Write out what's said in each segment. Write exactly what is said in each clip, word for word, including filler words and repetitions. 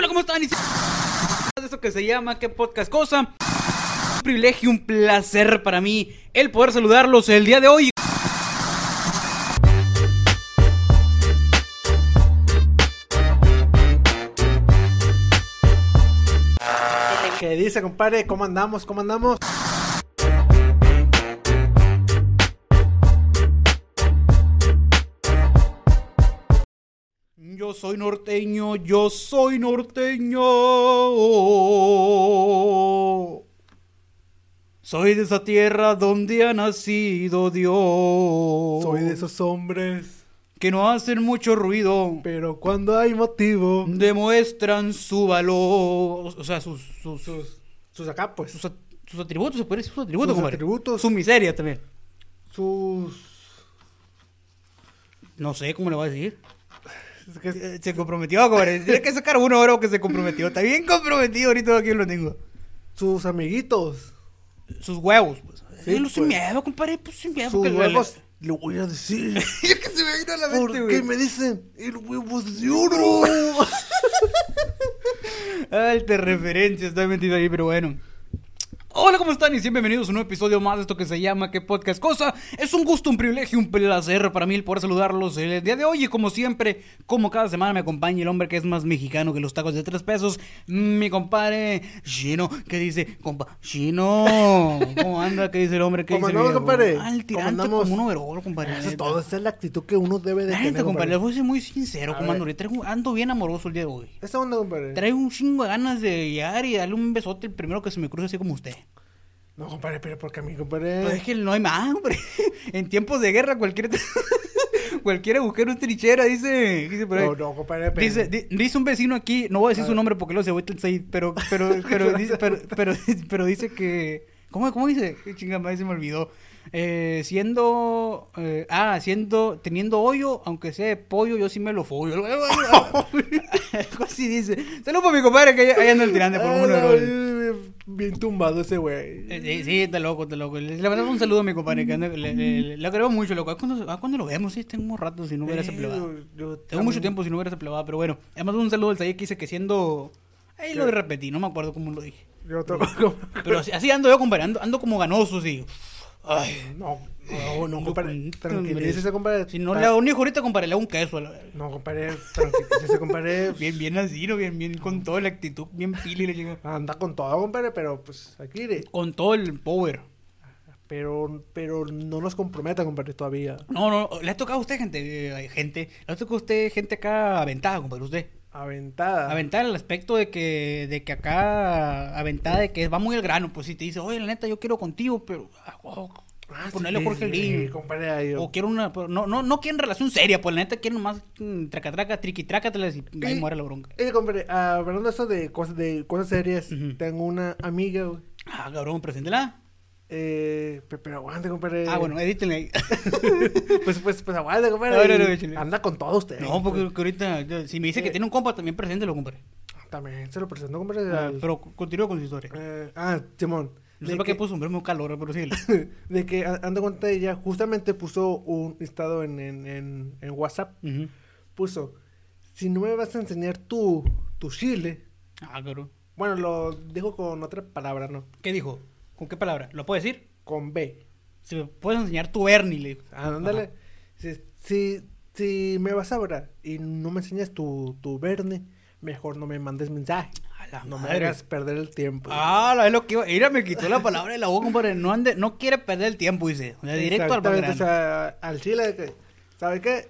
¿Cómo están? Esto que se llama ¿Qué podcast cosa? Un privilegio, un placer para mí el poder saludarlos el día de hoy. ¿Qué dice, compadre? ¿Cómo andamos? ¿Cómo andamos? Yo soy norteño, yo soy norteño. Soy de esa tierra donde ha nacido Dios. Soy de esos hombres que no hacen mucho ruido, pero cuando hay motivo demuestran su valor. O sea, sus sus, sus, sus acá, pues. sus, sus atributos, se puede decir sus atributos, Sus compadre. atributos. Su miseria también. Sus... No sé cómo le voy a decir. Es que Eh, Se comprometió, compadre. Tiene que sacar uno ahora que se comprometió. Está bien comprometido, ahorita aquí lo tengo. sus amiguitos. Sus huevos, pues. Sí, Eh, no, sin pues. miedo, compadre, pues sin miedo. Sus porque huevos, le voy a decir. Es que se me vino a la ¿Por mente, qué güey. me dicen el huevo de oro? Alta referencia, estoy metido ahí, pero bueno. Hola, ¿cómo están? Y siempre bienvenidos a un nuevo episodio más de esto que se llama ¿Qué podcast cosa? Es un gusto, un privilegio, un placer para mí el poder saludarlos el día de hoy. Y como siempre, como cada semana me acompaña el hombre que es más mexicano que los tacos de tres pesos, mi compadre Chino, que dice, compa, Chino, ¿cómo anda? ¿Qué dice el hombre? ¿Qué ¿Cómo dice? andamos, viejo? compadre? Ah, el ¿Cómo tirante andamos? como un overall, compadre. Eso es todo, esa es la actitud que uno debe de La tener, neta, compadre, les compadre. voy a ser muy sincero, A como ando ver. ahorita. Traigo- Ando bien amoroso el día de hoy. Esa onda, compadre. Traigo un chingo de ganas de llegar y darle un besote el primero que se me cruce así como usted. No, compadre, pero porque a mí, compadre. Pues es que no hay más, hombre. En tiempos de guerra cualquier cualquier agujero es trinchera, dice, dice por ahí. No, no, compadre, pero... Dice, di- dice un vecino aquí, no voy a decir A su ver. nombre porque lo se vuelve el seis, pero pero pero dice pero, pero, pero dice que ¿Cómo, cómo dice? Qué chingada madre, se me olvidó. Eh, siendo eh, ah, siendo teniendo hoyo, aunque sea de pollo, yo sí me lo follo. Algo así dice. Saludos para mi compadre que ahí anda el tirante por Ay, uno de no, rol. bien tumbado ese güey. Eh, Sí, sí, está loco, está loco. Le, le mandamos un saludo a mi compadre, que anda, le, le, le, le queremos mucho, loco. ¿A cuándo, a cuándo lo vemos? Sí, tengo un rato si no hubiera esa Eh, plebada. yo- yo Tengo mucho también- tiempo si no hubiera esa plebada, pero bueno. Además, un saludo al Sayek que dice que siendo... Ahí lo ¿Qué? repetí, no me acuerdo cómo lo dije. Yo tengo como... Pero así, así ando yo, compadre, ando, ando como ganoso, sí. Ay, No, no, no, compadre. Hombre. Tranquilícese, compadre. si no Ta- le hago un hijo ahorita, compadre, le hago un queso a la verga. No, compadre, tranquilícese, compadre. Bien, bien así, ¿no? Bien, bien, con toda la actitud, bien pili, le chingo. Anda con todo, compadre, pero pues aquí iré. Con todo el power. Pero, pero no nos comprometa, compadre, todavía. No, no, le ha tocado a usted, gente, eh, gente, le ha tocado a usted, gente acá aventada, compadre, usted. Aventada. Aventada al aspecto de que, de que acá, aventada de que va muy al grano, pues si te dice, oye, la neta, yo quiero contigo, pero, ah, oh, Ah, ponerle sí, Jorge sí, Lin. sí, compadre, ahí, O quiero una, pero no, no, no quieren relación seria, pues la neta quieren nomás mm, traca traca, triqui trácatelas y ahí Y- muere la bronca. Eh, compadre, hablando de eso de cosas, de cosas serias, Ujú. tengo una amiga, güey. Ah, cabrón, preséntela. Eh, pe- pero aguante, compadre. Ah, bueno, edítenle ahí. Pues, pues, pues aguante, compadre. No, no, no, y échale. Anda con todo usted. No, porque que ahorita, yo- si me dice que Eh. tiene un compa, también preséntelo, compadre. También se lo presento, compadre. Ah, al- pero continúa con su historia. Eh, ah, Simón. No de sé para qué que- puso, hombre, me calor, pero sí. De que a- ando con ella, justamente puso un estado en, en, en, en WhatsApp. Ujú. Puso, si no me vas a enseñar tu, tu chile. Ah, cabrón. Bueno, lo dijo con otra palabra, ¿no? ¿Qué dijo? ¿Con qué palabra? ¿Lo puede decir? Con B. Si me puedes enseñar tu Bernie, le dijo. Ah, ándale. Ajá. Si, si, si me vas a hablar y no me enseñas tu, tu verne, mejor no me mandes mensaje. A la No me madre. hagas perder el tiempo. Ah, la es lo que iba. Mira, me quitó la palabra de la boca, compadre. No, ande, no quiere perder el tiempo, dice. O sea, directo al Exactamente, grano. o sea, al chile, de que, ¿sabe qué?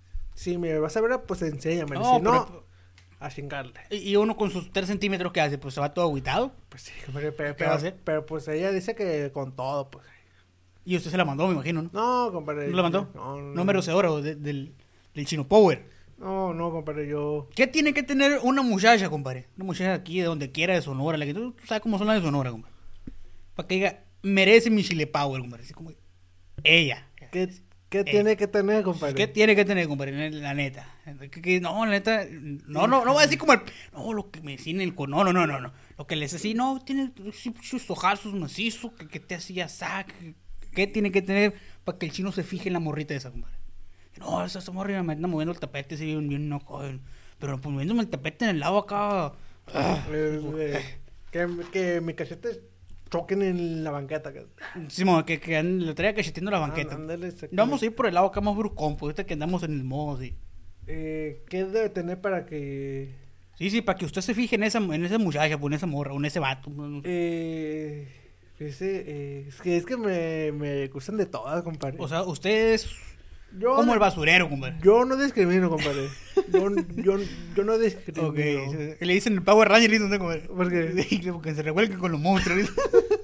Si me vas a ver, pues enséñame. No, si no, pero- a chingarle. Y y uno con sus tres centímetros, ¿qué hace? Pues se va todo agüitado. Pues sí, pero, pero, ¿Qué va a hacer? pero, pero, pues ella dice que con todo, pues. Y usted se la mandó, me imagino, ¿no? No, compadre. ¿No la mandó? No, no. Número cero de- del, del Chino Power. No, no, compadre, yo... ¿Qué tiene que tener una muchacha, compadre? Una muchacha aquí de donde quiera de Sonora. La que tú, tú sabes cómo son las de Sonora, compadre. Para que diga, merece mi Chile Power, compadre. Así como ella. ¿Qué, qué Eh, tiene que tener, compadre? ¿Qué tiene que tener, compadre? La neta. Que- que- no, la neta. No, no, no va a decir como el. No, lo que me decía el. No, no, no, no, no. Lo que les decía, no, tiene sí, sus ojazos macizos, que, que te hacía sac. ¿Qué tiene que tener para que el chino se fije en la morrita esa, compadre? No, esa, esa morrita me anda moviendo el tapete, así bien, bien, no, joder. Pero pues moviéndome el tapete en el lado acá, Eh, eh, que, que mis cachetes choquen en la banqueta. Simón, que, que an- le traía cacheteando la banqueta. Ah, ándale, exactamente. Vamos a ir por el lado acá más bruscón, pues ahorita que andamos en el modo así. Eh, ¿Qué debe tener para que... Sí, sí, para que usted se fije en esa, en esa muchacha, pues en esa morra, o en ese vato. No sé. Eh, fíjese, eh, es que, es que me, me gustan de todas, compadre. O sea, usted es yo, como el basurero, compadre. Yo no discrimino, compadre. yo, yo, yo no discrimino. Ok, se- le dicen el Power Ranger, le dicen usted, compadre. ¿Por qué? Porque se revuelquen con los monstruos. ¿Viste?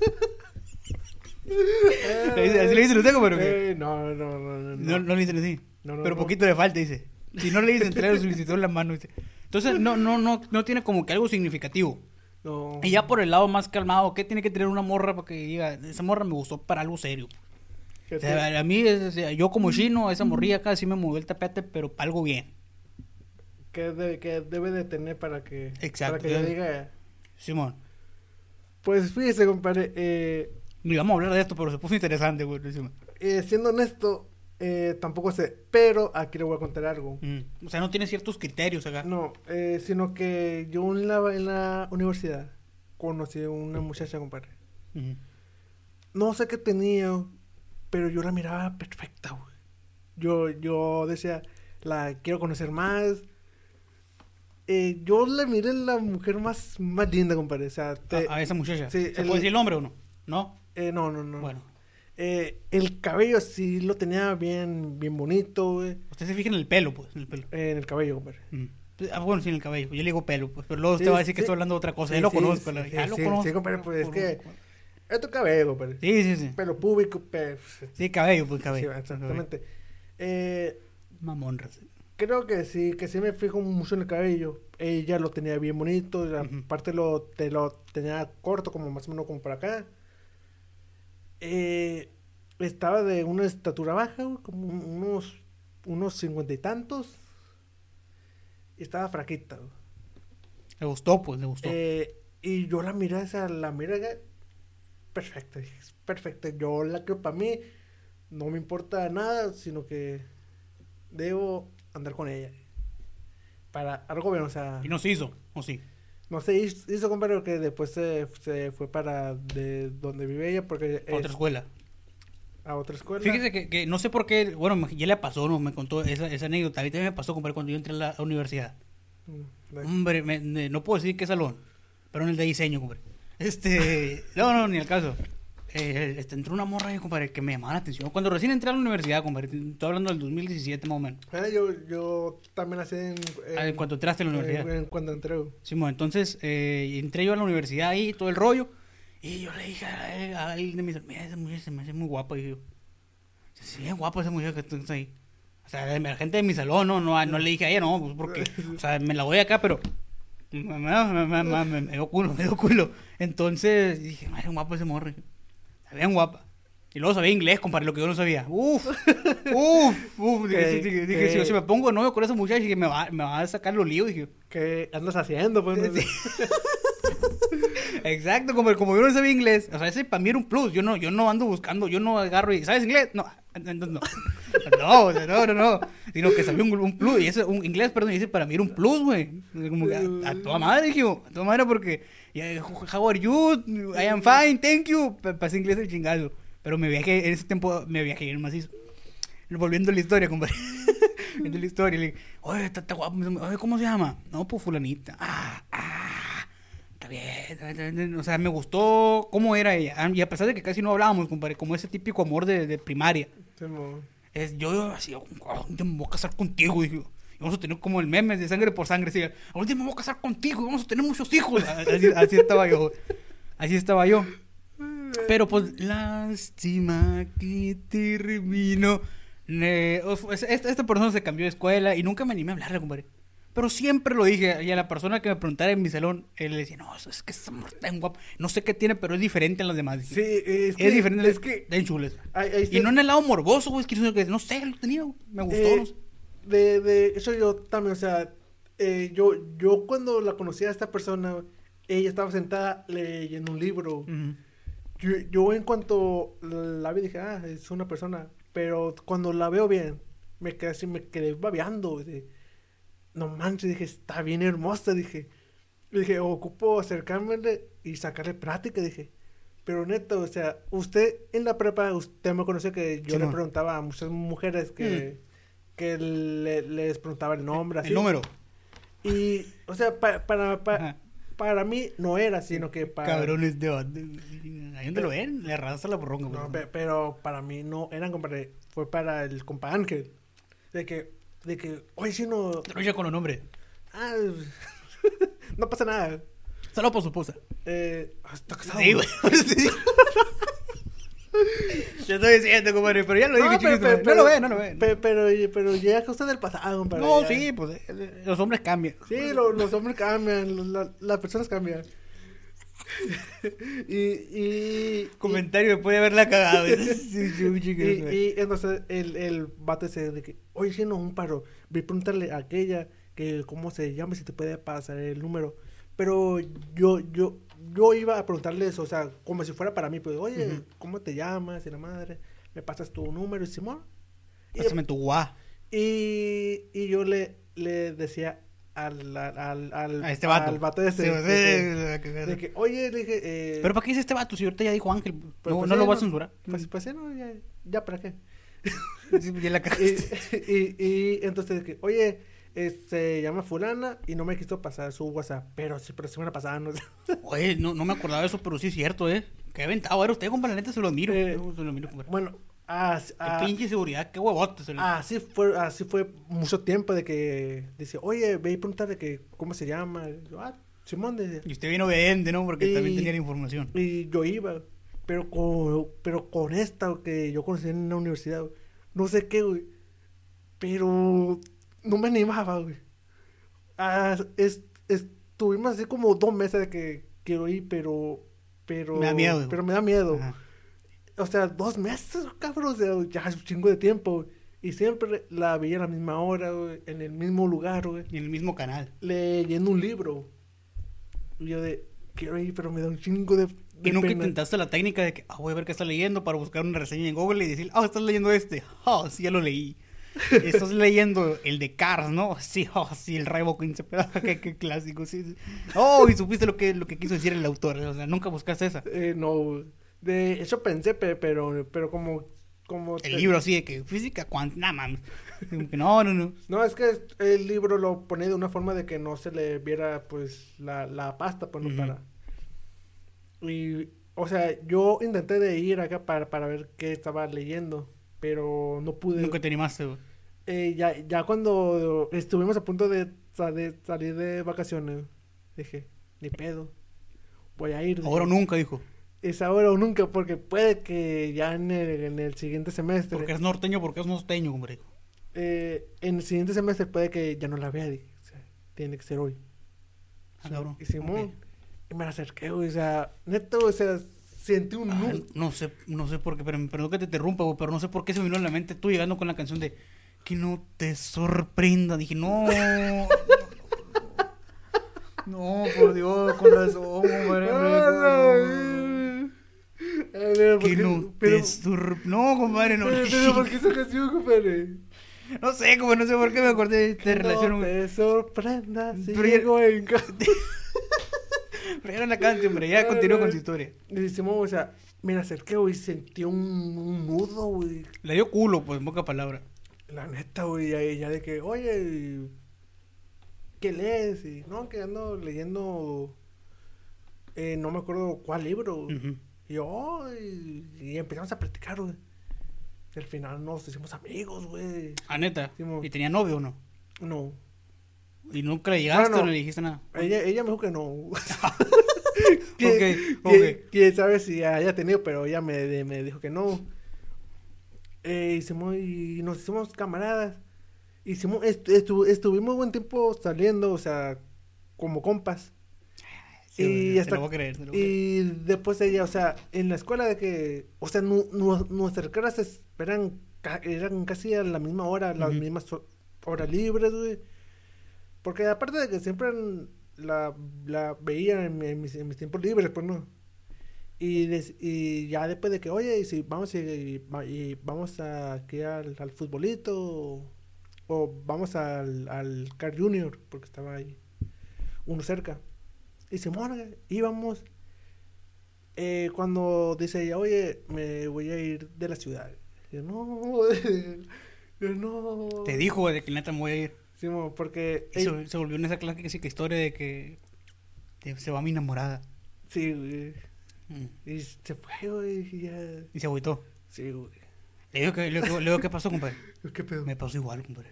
Le dicen- ¿Así le dicen usted, compadre? o qué? Eh, no, no, no, no. No, no le dicen así. No, no, Pero no. poquito le falta, dice. Si no le dicen, trae la solicitud en la mano, dice. Entonces, no, no, no, no tiene como que algo significativo. No. Y ya por el lado más calmado, ¿qué tiene que tener una morra para que diga, esa morra me gustó para algo serio? O ¿Qué sea, te- a mí, es- o sea, yo como chino, esa morrilla acá sí me movió el tapete, pero para algo bien. ¿Qué debe, qué debe de tener para que... Exacto. Para que yo diga... Simón, Pues fíjese, compadre, eh, no íbamos a hablar de esto, pero se puso interesante, güey. Simón. eh, siendo honesto, eh, tampoco sé, pero aquí le voy a contar algo. Mm. O sea, no tiene ciertos criterios acá. No, eh, sino que yo en la, en la universidad conocí a una muchacha, compadre. Ujú. No sé qué tenía, pero yo la miraba perfecta, güey. Yo, yo decía, la quiero conocer más. Eh, yo la miré la mujer más, más linda, compadre. O sea, te- a, a esa muchacha. sí, ¿Se el- puede decir el hombre o no? ¿No? eh, no, no, no. Bueno. Eh, el cabello sí lo tenía bien, bien bonito, güey. Usted se fija en el pelo, pues, en el pelo. Eh, en el cabello, compadre. Mm. Pues, ah, bueno, sí, en el cabello. Yo le digo pelo, pues, pero luego usted Sí, va a decir que sí. estoy hablando de otra cosa. Sí, ya lo sí, conozco, sí, la- sí, ya lo sí, conozco. sí, compadre, pues, es que- conozco. Es tu cabello, compadre. Sí, sí, sí. Pelo público, pe... Sí, cabello, pues, Sí, cabello. exactamente. Eh, Mamón, raza. creo que sí, que sí me fijo mucho en el cabello. Ella lo tenía bien bonito, y Ujú. aparte lo, te lo tenía corto, como más o menos como por acá. Eh, estaba de una estatura baja, güey, como unos, unos cincuenta y tantos. Y estaba fraquita, güey. Le gustó, pues, le gustó. Eh, y yo la miré, esa, la miré acá, perfecta, dije, es perfecta. Yo la creo para mí, no me importa nada, sino que debo andar con ella. Para algo bueno, o sea, Y no se hizo, ¿o sí? no sé, hizo, hizo compadre que después se, se fue para de donde vive ella, porque A otra es escuela. a otra escuela. Fíjese que, que no sé por qué, bueno, me- ya le pasó, ¿no? Me contó esa, esa anécdota. A mí también me pasó, compadre, cuando yo entré a la universidad. Mm, de- Hombre, me- me- no puedo decir qué salón, pero en el de diseño, compadre. Este, no, no, ni al caso. Eh, este, entró una morra ahí, compadre, que me llamaba la atención. Cuando recién entré a la universidad, compadre, estoy hablando del dos mil diecisiete más o menos. Ah, yo, yo también hacía en, Ah, en cuanto entraste a la universidad. en- en cuando entré. Sí, bueno, entonces eh, entré yo a la universidad ahí, todo el rollo. Y yo le dije a, él- a alguien de mis amigos, mira, esa mujer se me hace muy guapa. Y yo, sí, es guapa esa mujer que está ahí. O sea, la gente de mi salón, no, no, no le dije a ella, no, pues porque, o sea, me la voy acá, pero me, me, me, me, me, me dio culo, me dio culo. Entonces dije, madre, guapa ese morro. Está bien guapa. Y luego sabía inglés, compadre, lo que yo no sabía. Uf, uf, uf. Dije, ¿Qué- dije, dije, qué? si, si me pongo de novio con esa muchacha, dije, me va, me va a sacar los líos, dije. ¿Qué andas haciendo, pues? Sí. Exacto, como, como yo no sabía inglés, o sea, ese para mí era un plus. Yo no, yo no ando buscando, yo no agarro y, ¿sabes inglés? No, entonces no. No, o sea, no, no, no. Sino que sabía un, un plus, y ese, un inglés, perdón, y ese para mí era un plus, güey. Como que a, a toda madre, dije, a toda madre, porque, yeah, how are you? I am fine, thank you. Pa- Pasé inglés el chingazo. Pero me viajé, en ese tiempo me viajé en el macizo. Volviendo a la historia, compadre. Viendo la historia, le dije, oye, está, está guapo, oye, ¿cómo se llama? No, pues fulanita. Ah, ah, está bien, está bien, está bien. O sea, me gustó cómo era ella. Ah, y a pesar de que casi no hablábamos, compadre, como ese típico amor de, de primaria. Sí, mo. Es, yo, yo así, "Oh, yo me voy a casar contigo", dije. Y vamos a tener como el meme de sangre por sangre. Así, ahorita me voy a casar contigo y vamos a tener muchos hijos. Así, así estaba yo. Así estaba yo. Pero pues, lástima que terminó. Ne- o fu- Esta, esta persona se cambió de escuela y nunca me animé a hablarle, compadre. Pero siempre lo dije. Y a la persona que me preguntara en mi salón, él le decía, no, es que esa mujer está bien guapa. No sé qué tiene, pero es diferente a las demás. Sí, es, que, Es diferente. Es que... Den chules. ahí- ahí Y está- no en el lado morboso, güey. Es que no- que no sé, lo tenía, güey. Me gustó. Eh, no sé. de, de eso yo también, o sea, eh, yo, yo cuando la conocí a esta persona, ella estaba sentada leyendo un libro. Ujú. Yo, yo en cuanto la vi dije, ah, es una persona. Pero cuando la veo bien, me quedé así, me quedé babeando. Dije, no manches, dije, está bien hermosa, dije. Dije, ocupo acercarme y sacarle práctica, dije. Pero neto, o sea, usted en la prepa, usted me conoció que yo Sí, le no. preguntaba a muchas mujeres que, mm. que le, les preguntaba el nombre, así. El número. Y, o sea, pa, para, pa, para mí no era, sino que para... Cabrones de... ¿Ahí dónde lo ven? Le arrastra la borronga. No, pe, pero para mí no eran, compadre. Fue para el compa Ángel. De que, de que, oye, si no... Trucha con los nombres. Ah, no pasa nada. Solo por su esposa. Eh, está casado. Sí, güey. Sí. Yo estoy diciendo, compadre, pero ya lo dije, No, chiquito. pero, No pero, lo ven, no lo ven. Pero, pero, pero ya es cosa del pasado, compadre. No, ya. sí, pues eh, los hombres cambian. Sí, lo, los hombres cambian, lo, la, las personas cambian. y, y... Comentario después de haberla cagado. Sí, sí, chiquito, y, y entonces el, el vato ese de que, oye, si no, un paro, vi a preguntarle a aquella que cómo se llama, si te puede pasar el número. Pero yo, yo, yo iba a preguntarle eso, o sea, como si fuera para mí, pues, oye, uh-huh. ¿cómo te llamas? Y la madre, ¿me pasas tu número? Y Simón. Pásame tu guá. Y, y yo le, le decía al, al, al, a este vato. al vato ese, sí, de, de, que, de que, oye, le dije... Eh, ¿pero para qué dice este vato? Si ahorita ya dijo Ángel, no, pues, no lo no, va a censurar. Pues, pues, no, ya, ya, ¿para qué? Sí, ya la y, y, y entonces, que, oye, eh, se llama fulana y no me quiso pasar su WhatsApp, pero sí, pero semana pasada no sé. Oye, no, no me acordaba de eso, pero sí es cierto, ¿eh? Qué aventado, era usted, compa, la neta se lo admiro. Eh, se lo admiro, compa. Bueno, así, qué pinche seguridad, qué huevote. Se lo... Así fue, así fue mucho tiempo de que dice, oye, ve y preguntarle que cómo se llama. Y yo, ah, Simón, decía. Y usted vino obediente, ¿no? Porque y, también tenía la información. Y yo iba, pero con, pero con esta que yo conocí en la universidad, güey, no sé qué, güey, pero no me animaba, güey. Ah, es, estuvimos así como dos meses de que quiero ir, pero, pero, me da miedo, güey. pero me da miedo. Ajá. O sea, dos meses, cabrón, o sea, ya es un chingo de tiempo, güey. Y siempre la veía a la misma hora, güey, en el mismo lugar, güey. En el mismo canal. Leyendo un libro. Y yo de, quiero ir, pero me da un chingo de, de ¿Y nunca pena. intentaste la técnica de que, ah, voy a ver qué está leyendo para buscar una reseña en Google y decir, ah, estás leyendo este? Ah, sí, ya lo leí. Estás leyendo el de Cars, ¿no? Sí, oh, sí, el Raibo quince, qué, qué clásico, sí, sí. Oh, y supiste lo que, lo que quiso decir el autor, o sea, nunca buscaste esa. Eh, no, de eso pensé, pero, pero como... como el te... libro así de que física cuántica, nada más. No, no, no. No, es que el libro lo ponía de una forma de que no se le viera, pues, la, la pasta, pues, no uh-huh. para... Y, o sea, yo intenté de ir acá para, para ver qué estaba leyendo, pero no pude. Nunca te animaste, güey. Eh, ya, ya cuando estuvimos a punto de, de salir de vacaciones, dije, ni pedo, voy a ir. Ahora o nunca, dijo. Es ahora o nunca, porque puede que ya en el, en el siguiente semestre. Porque es norteño, porque es norteño, hombre. Eh, en el siguiente semestre puede que ya no la vea, dije, o sea, tiene que ser hoy. Ah, cabrón. Y Simón, okay. y me la acerqué, güey, o sea, neto, o sea, sentí un... Ah, no sé, no sé por qué, pero perdón que te interrumpa, güey, pero no sé por qué se me vino a la mente tú llegando con la canción de que no te sorprenda. Dije, no, no, no, por Dios, con razón, hombre. Ver, que no pero, te sorprenda. No, compadre, no. Pero, pero ¿por qué esa canción, compadre? No sé, como no sé por qué me acordé de esta relación. No te sorprenda si pero llego ya... en casa. Pero ya la cante, hombre, ya continúo con su historia. Y decimos, o sea, me acerqué, güey, sentí un, un nudo, güey. Le dio culo, pues, en poca palabra. La neta, güey, ya, ya de que, oye, ¿qué lees? Y no, que ando leyendo, eh, no me acuerdo cuál libro. Uh-huh. Y yo, oh, y, y empezamos a platicar, güey. Y al final nos hicimos amigos, güey. ¿Ah, neta? Hicimos... ¿Y tenía novio o no? No. ¿Y nunca le llegaste no, no. o no le dijiste nada? Ella, ella me dijo que no. que, okay, okay. Quién sabe si haya tenido, pero ella me, me dijo que no. Eh, hicimos, y nos hicimos camaradas. Hicimos, estu, estu, estuvimos buen tiempo saliendo, o sea, como compas. Sí, y bueno, hasta, te lo voy a creer, te lo voy a y creer. después ella, o sea, en la escuela de que, o sea, nu, nu, nuestras clases eran, eran casi a la misma hora, las uh-huh. mismas horas libres, güey. Porque aparte de que siempre la, la veía en, en, mis, en mis tiempos libres, pues no. Y, des, y ya después de que, oye, y si vamos y, y, y vamos a, aquí al, al futbolito o, o vamos al, al Car Junior, porque estaba ahí uno cerca. Y Simón, íbamos. Eh, cuando dice ella, oye, me voy a ir de la ciudad. Y yo, no, yo, no. Te dijo, güey, de que neta me voy a ir. Simón, porque... Y se, se volvió en esa clásica historia de que de- se va mi enamorada. Sí, güey. Mm. Y se fue, güey, y ya... Y se agüitó. Sí, güey. Le digo, que, le, digo, le digo, ¿qué pasó, compadre? ¿Qué pedo? Me pasó igual, compadre.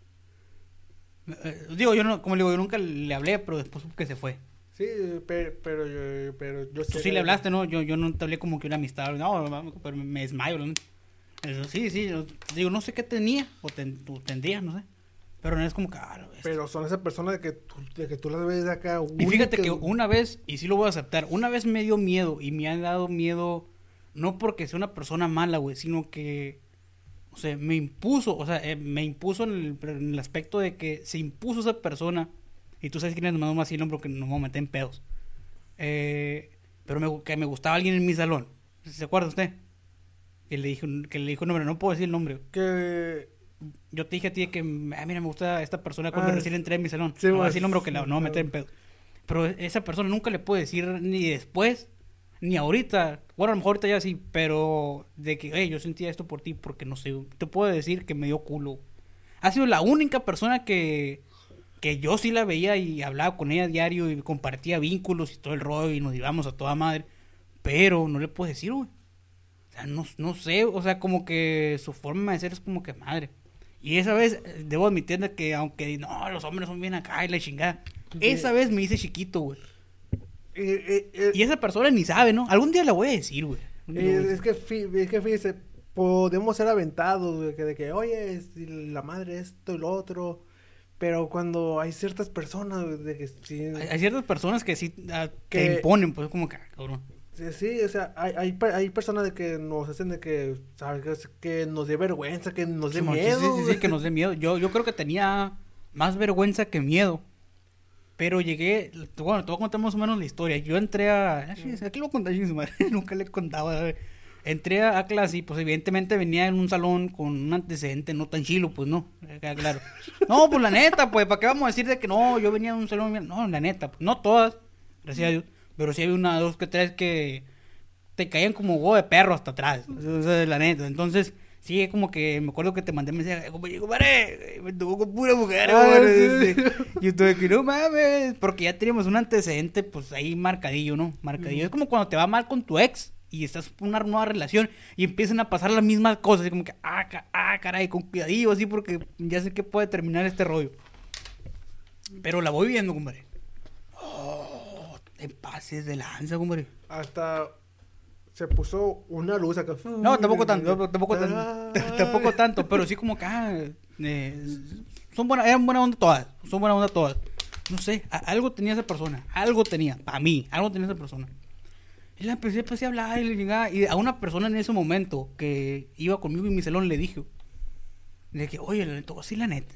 Eh, digo, yo no, como le digo, yo nunca le hablé, pero después supe que se fue. Sí, pero, pero yo... Pero yo Tú sé sí que- le hablaste, ¿no? Yo, yo no te hablé como que una amistad. No, no, pero me, me desmayo. ¿no? Eso, sí, sí. Yo, digo, no sé qué tenía o, ten, o tendría, no sé. Pero no es como que... Ah, lo ves. Pero son esas personas de que tú, de que tú las ves de acá... Y fíjate que únicas. una vez, y sí lo voy a aceptar, una vez me dio miedo y me ha dado miedo, no porque sea una persona mala, güey, sino que, o sea, me impuso, o sea, eh, me impuso en el, en el aspecto de que se impuso esa persona, y tú sabes quién es, no me así el nombre porque no me voy a meter en pedos, eh, pero me, que me gustaba alguien en mi salón, ¿se acuerda usted? Que le dijo, que le dijo el nombre, no puedo decir el nombre. Que... Yo te dije a ti que, ah, mira, me gusta esta persona cuando Ah, recién entré en mi salón. sí, no voy a pues, decir el nombre que la, no voy a meter en pedo. Pero esa persona nunca le puedo decir ni después, ni ahorita. Bueno, a lo mejor ahorita ya sí, pero de que, hey, yo sentía esto por ti porque no sé. Te puedo decir que me dio culo. Ha sido la única persona que, que yo sí la veía y hablaba con ella a diario y compartía vínculos y todo el rollo y nos íbamos a toda madre. Pero no le puedo decir, güey. O sea, no, no sé, o sea, como que su forma de ser es como que madre. Y esa vez, eh, debo admitir de que aunque no, los hombres son bien acá y la chingada. Sí. Esa vez me hice chiquito, güey. eh, eh, eh, Y esa persona ni sabe, ¿no? Algún día la voy a decir, güey. Algún día la voy a Eh, decir. es que, fí- es que fíjese, podemos ser aventados de que, de que, oye, si la madre esto y lo otro, pero cuando hay ciertas personas güey, de que sí, Hay, hay ciertas personas que sí ah, Que- te imponen, pues como que, ah, cabrón. sí, sí, o sea, hay, hay, per- hay personas de que nos hacen de que, ¿sabes? Que, que nos dé vergüenza, que nos dé Sí, mo- sí, miedo. sí, sí, sí, güey. que nos dé miedo. Yo, yo creo que tenía más vergüenza que miedo. Pero llegué, bueno, te voy a contar más o menos la historia. Yo entré a... Aquí lo voy a contar, chingue su madre, nunca le he contado. a ver. Entré a, a clase y pues evidentemente venía en un salón con un antecedente no tan chilo, pues no, queda claro. No, pues la neta, pues, ¿para qué vamos a decir de que no, yo venía en un salón? No, la neta, pues, no todas, gracias a Dios, pero sí había una, dos, que tres que te caían como huevo de perro hasta atrás, o sea, la neta. Entonces, sí, como que me acuerdo que te mandé mensaje, compadre, compadre, me tocó con pura mujer, Ah, güey, sí. este, y yo tuve que, no mames, porque ya teníamos un antecedente, pues ahí marcadillo, ¿no? Marcadillo. Es como cuando te va mal con tu ex y estás en una nueva relación y empiezan a pasar las mismas cosas, así como que, ah, ca- ah, caray, con cuidadillo, así, porque ya sé que puede terminar este rollo. Pero la voy viendo, compadre. Oh, te pases de lanza, compadre. Hasta se puso una luz acá. No, tampoco tanto, tampoco tanto, Ah. tampoco tanto, pero sí como que, ah, eh, son buenas, eran buena onda todas, son buena onda todas. No sé, a- algo tenía esa persona, algo tenía, para mí, algo tenía esa persona. Y la empecé, empecé a hablar y le llegaba, y a una persona en ese momento que iba conmigo en mi salón le dije, le dije, oye, la neta, así la neta.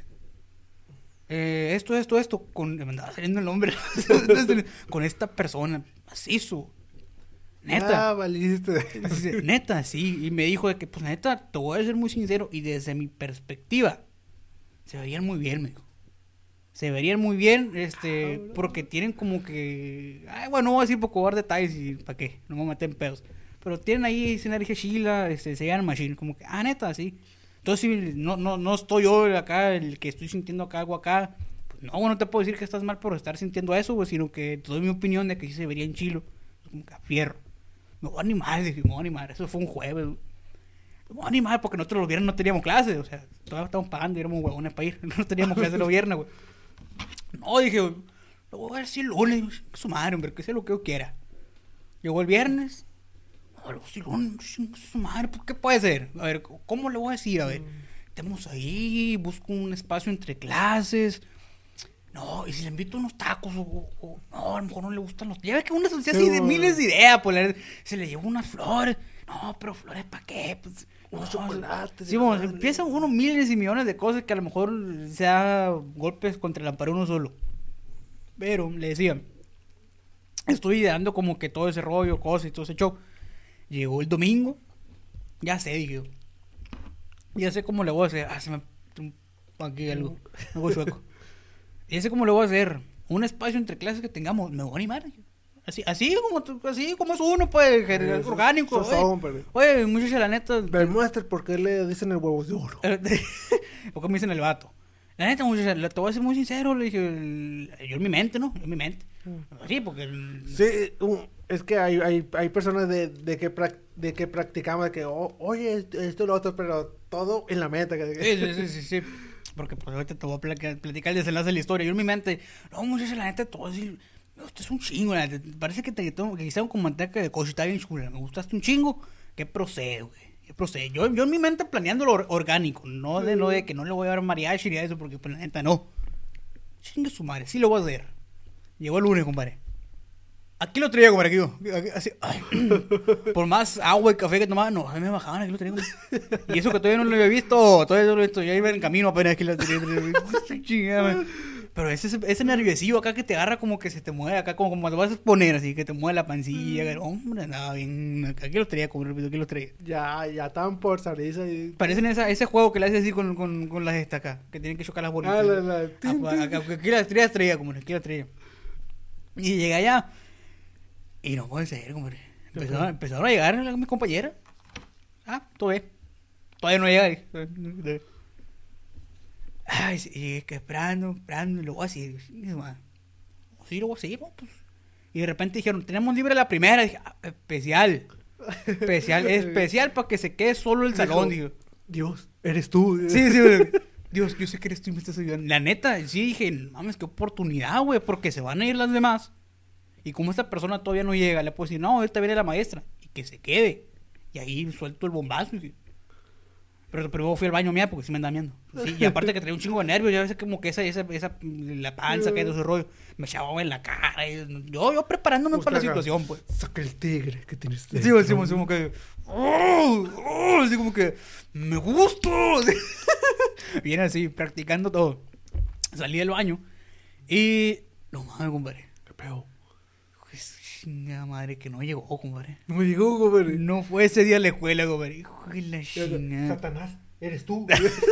Eh, esto, esto, esto, con, me andaba saliendo el nombre, con esta persona, macizo. Neta. Ah, valiste. Dice, neta, sí. Y me dijo de que, pues neta, te voy a ser muy sincero. Y desde mi perspectiva, se verían muy bien, me dijo. Se verían muy bien, este, Ah, porque tienen como que. Ay, bueno, no voy a decir por cobar detalles y para qué, no me voy a meter en pedos. Pero tienen ahí sinergia chila, este, se llaman machine, como que, ah, neta, sí. Entonces, sí, no, no, no estoy yo acá, el que estoy sintiendo acá, algo acá. Pues no, bueno, no te puedo decir que estás mal por estar sintiendo eso, güey, sino que te doy mi opinión de que sí se verían chilo. Como que a fierro. Me voy a animar, dije, me voy a animar. Eso fue un jueves, güey. Me voy a animar porque nosotros los viernes no teníamos clases, o sea, todavía estábamos pagando y éramos huevones para ir. No teníamos clases los viernes, güey. No, dije, lo voy a ver si el lunes, su madre, hombre, que sea lo que yo quiera. Llegó el viernes. No, luego si el lunes, su madre, ¿por qué puede ser? A ver, ¿cómo le voy a decir? A ver, estamos ahí, busco un espacio entre clases. No, y si le invito unos tacos, o, o- o- no, a lo mejor no le gustan los. Ya ve que uno se hace así de Sí, miles de ideas, pues le- se le lleva unas flores. No, pero flores, ¿para qué? Pues, Unos no, chocolates, Sí, bueno, madre. empiezan unos miles y millones de cosas que a lo mejor sea golpes contra el amparo uno solo. Pero, le decía, estoy ideando como que todo ese rollo, cosas y todo ese show. Llegó el domingo, ya sé, dije yo. Ya sé cómo le voy a hacer. Ah, se me. Aquí algo, algo chueco. Ya sé cómo le voy a hacer. un espacio entre clases que tengamos, me voy a animar. Así, así como así como es uno, pues, es orgánico. Sosón, oye, oye, muchacha, la neta. Me muestra por qué le dicen el huevo de oro. ¿Por qué me dicen el vato? La neta, muchacha, te voy a ser muy sincero, le dije, el, yo en mi mente, ¿no? Yo en mi mente. Sí, porque... El... Sí, um, es que hay, hay, hay personas de, de, que prac, de que practicamos, de que, oh, oye, esto, esto y lo otro, pero todo en la meta. Que... Sí, sí, sí, sí, sí. Porque pues ahorita te voy a platicar, platicar el desenlace de la historia. Yo en mi mente, no, muchacha, la neta, todo así... Esto es un chingo, la neta. Parece que te que quisieron con manteca de coche, está bien chula. Me gustaste un chingo. ¿Qué procede, güey? ¿Qué procede? Yo, yo en mi mente planeando lo orgánico, no de, no de que no le voy a dar mariachi ni a eso, porque pues la neta no. Chingue su madre, sí lo voy a hacer. Llegó el lunes, compadre. Aquí lo traía, compadre, aquí, aquí así, ay. Por más agua y café que tomaba, no, a mí me bajaban, aquí lo traía. Y eso que todavía no lo había visto, todavía no lo he visto, ya iba en camino apenas aquí lo traía. Chingada, pero ese, ese nerviosillo acá que te agarra como que se te mueve acá, como cuando vas a exponer, así que te mueve la pancilla. Mm. Hombre, nada bien. Aquí los traía, como repito, aquí los traía. Ya, ya estaban por salir ahí. Parecen esa, ese juego que le haces así con, con, con las estas acá, que tienen que chocar las bolitas. Ah, la, la, tin, ah, acá, aquí las traía, traía, como aquí las traía. Y llegué allá. Y no puede ser, compadre. Empezaron, empezaron a llegar mis compañeras. Ah, todo bien. Todavía no llega. Ay, y es que esperando, esperando, y lo voy a decir. Sí, lo voy a decir, pues. Y de repente dijeron, tenemos libre la primera. Y dije, ah, especial. Especial, especial para que se quede solo el salón. Digo, Dios, eres tú. Sí, sí, Dios, yo sé que eres tú y me estás ayudando. La neta, sí dije, mames, qué oportunidad, güey, porque se van a ir las demás. Y como esta persona todavía no llega, le puedo decir, no, ahorita viene la maestra. Y que se quede. Y ahí suelto el bombazo. Y... Pero primero fui al baño mía porque sí me andaba miando. Sí, y aparte que traía un chingo de nervios, ya ves como que esa, esa, esa la panza que hay de ese rollo, me echaba en la cara. Y yo, yo preparándome Busca para la situación, pues. Saca el tigre que tienes dentro. Sí, así, así como que, oh, oh, así como que, me gusta. Viene así, practicando todo. Salí del baño y, no mames, compadre. ¿Qué pedo? Chingada madre, que no llegó, compadre. No llegó, compadre. No fue ese día a la escuela, compadre. Hijo de la chingada. Satanás, eres tú.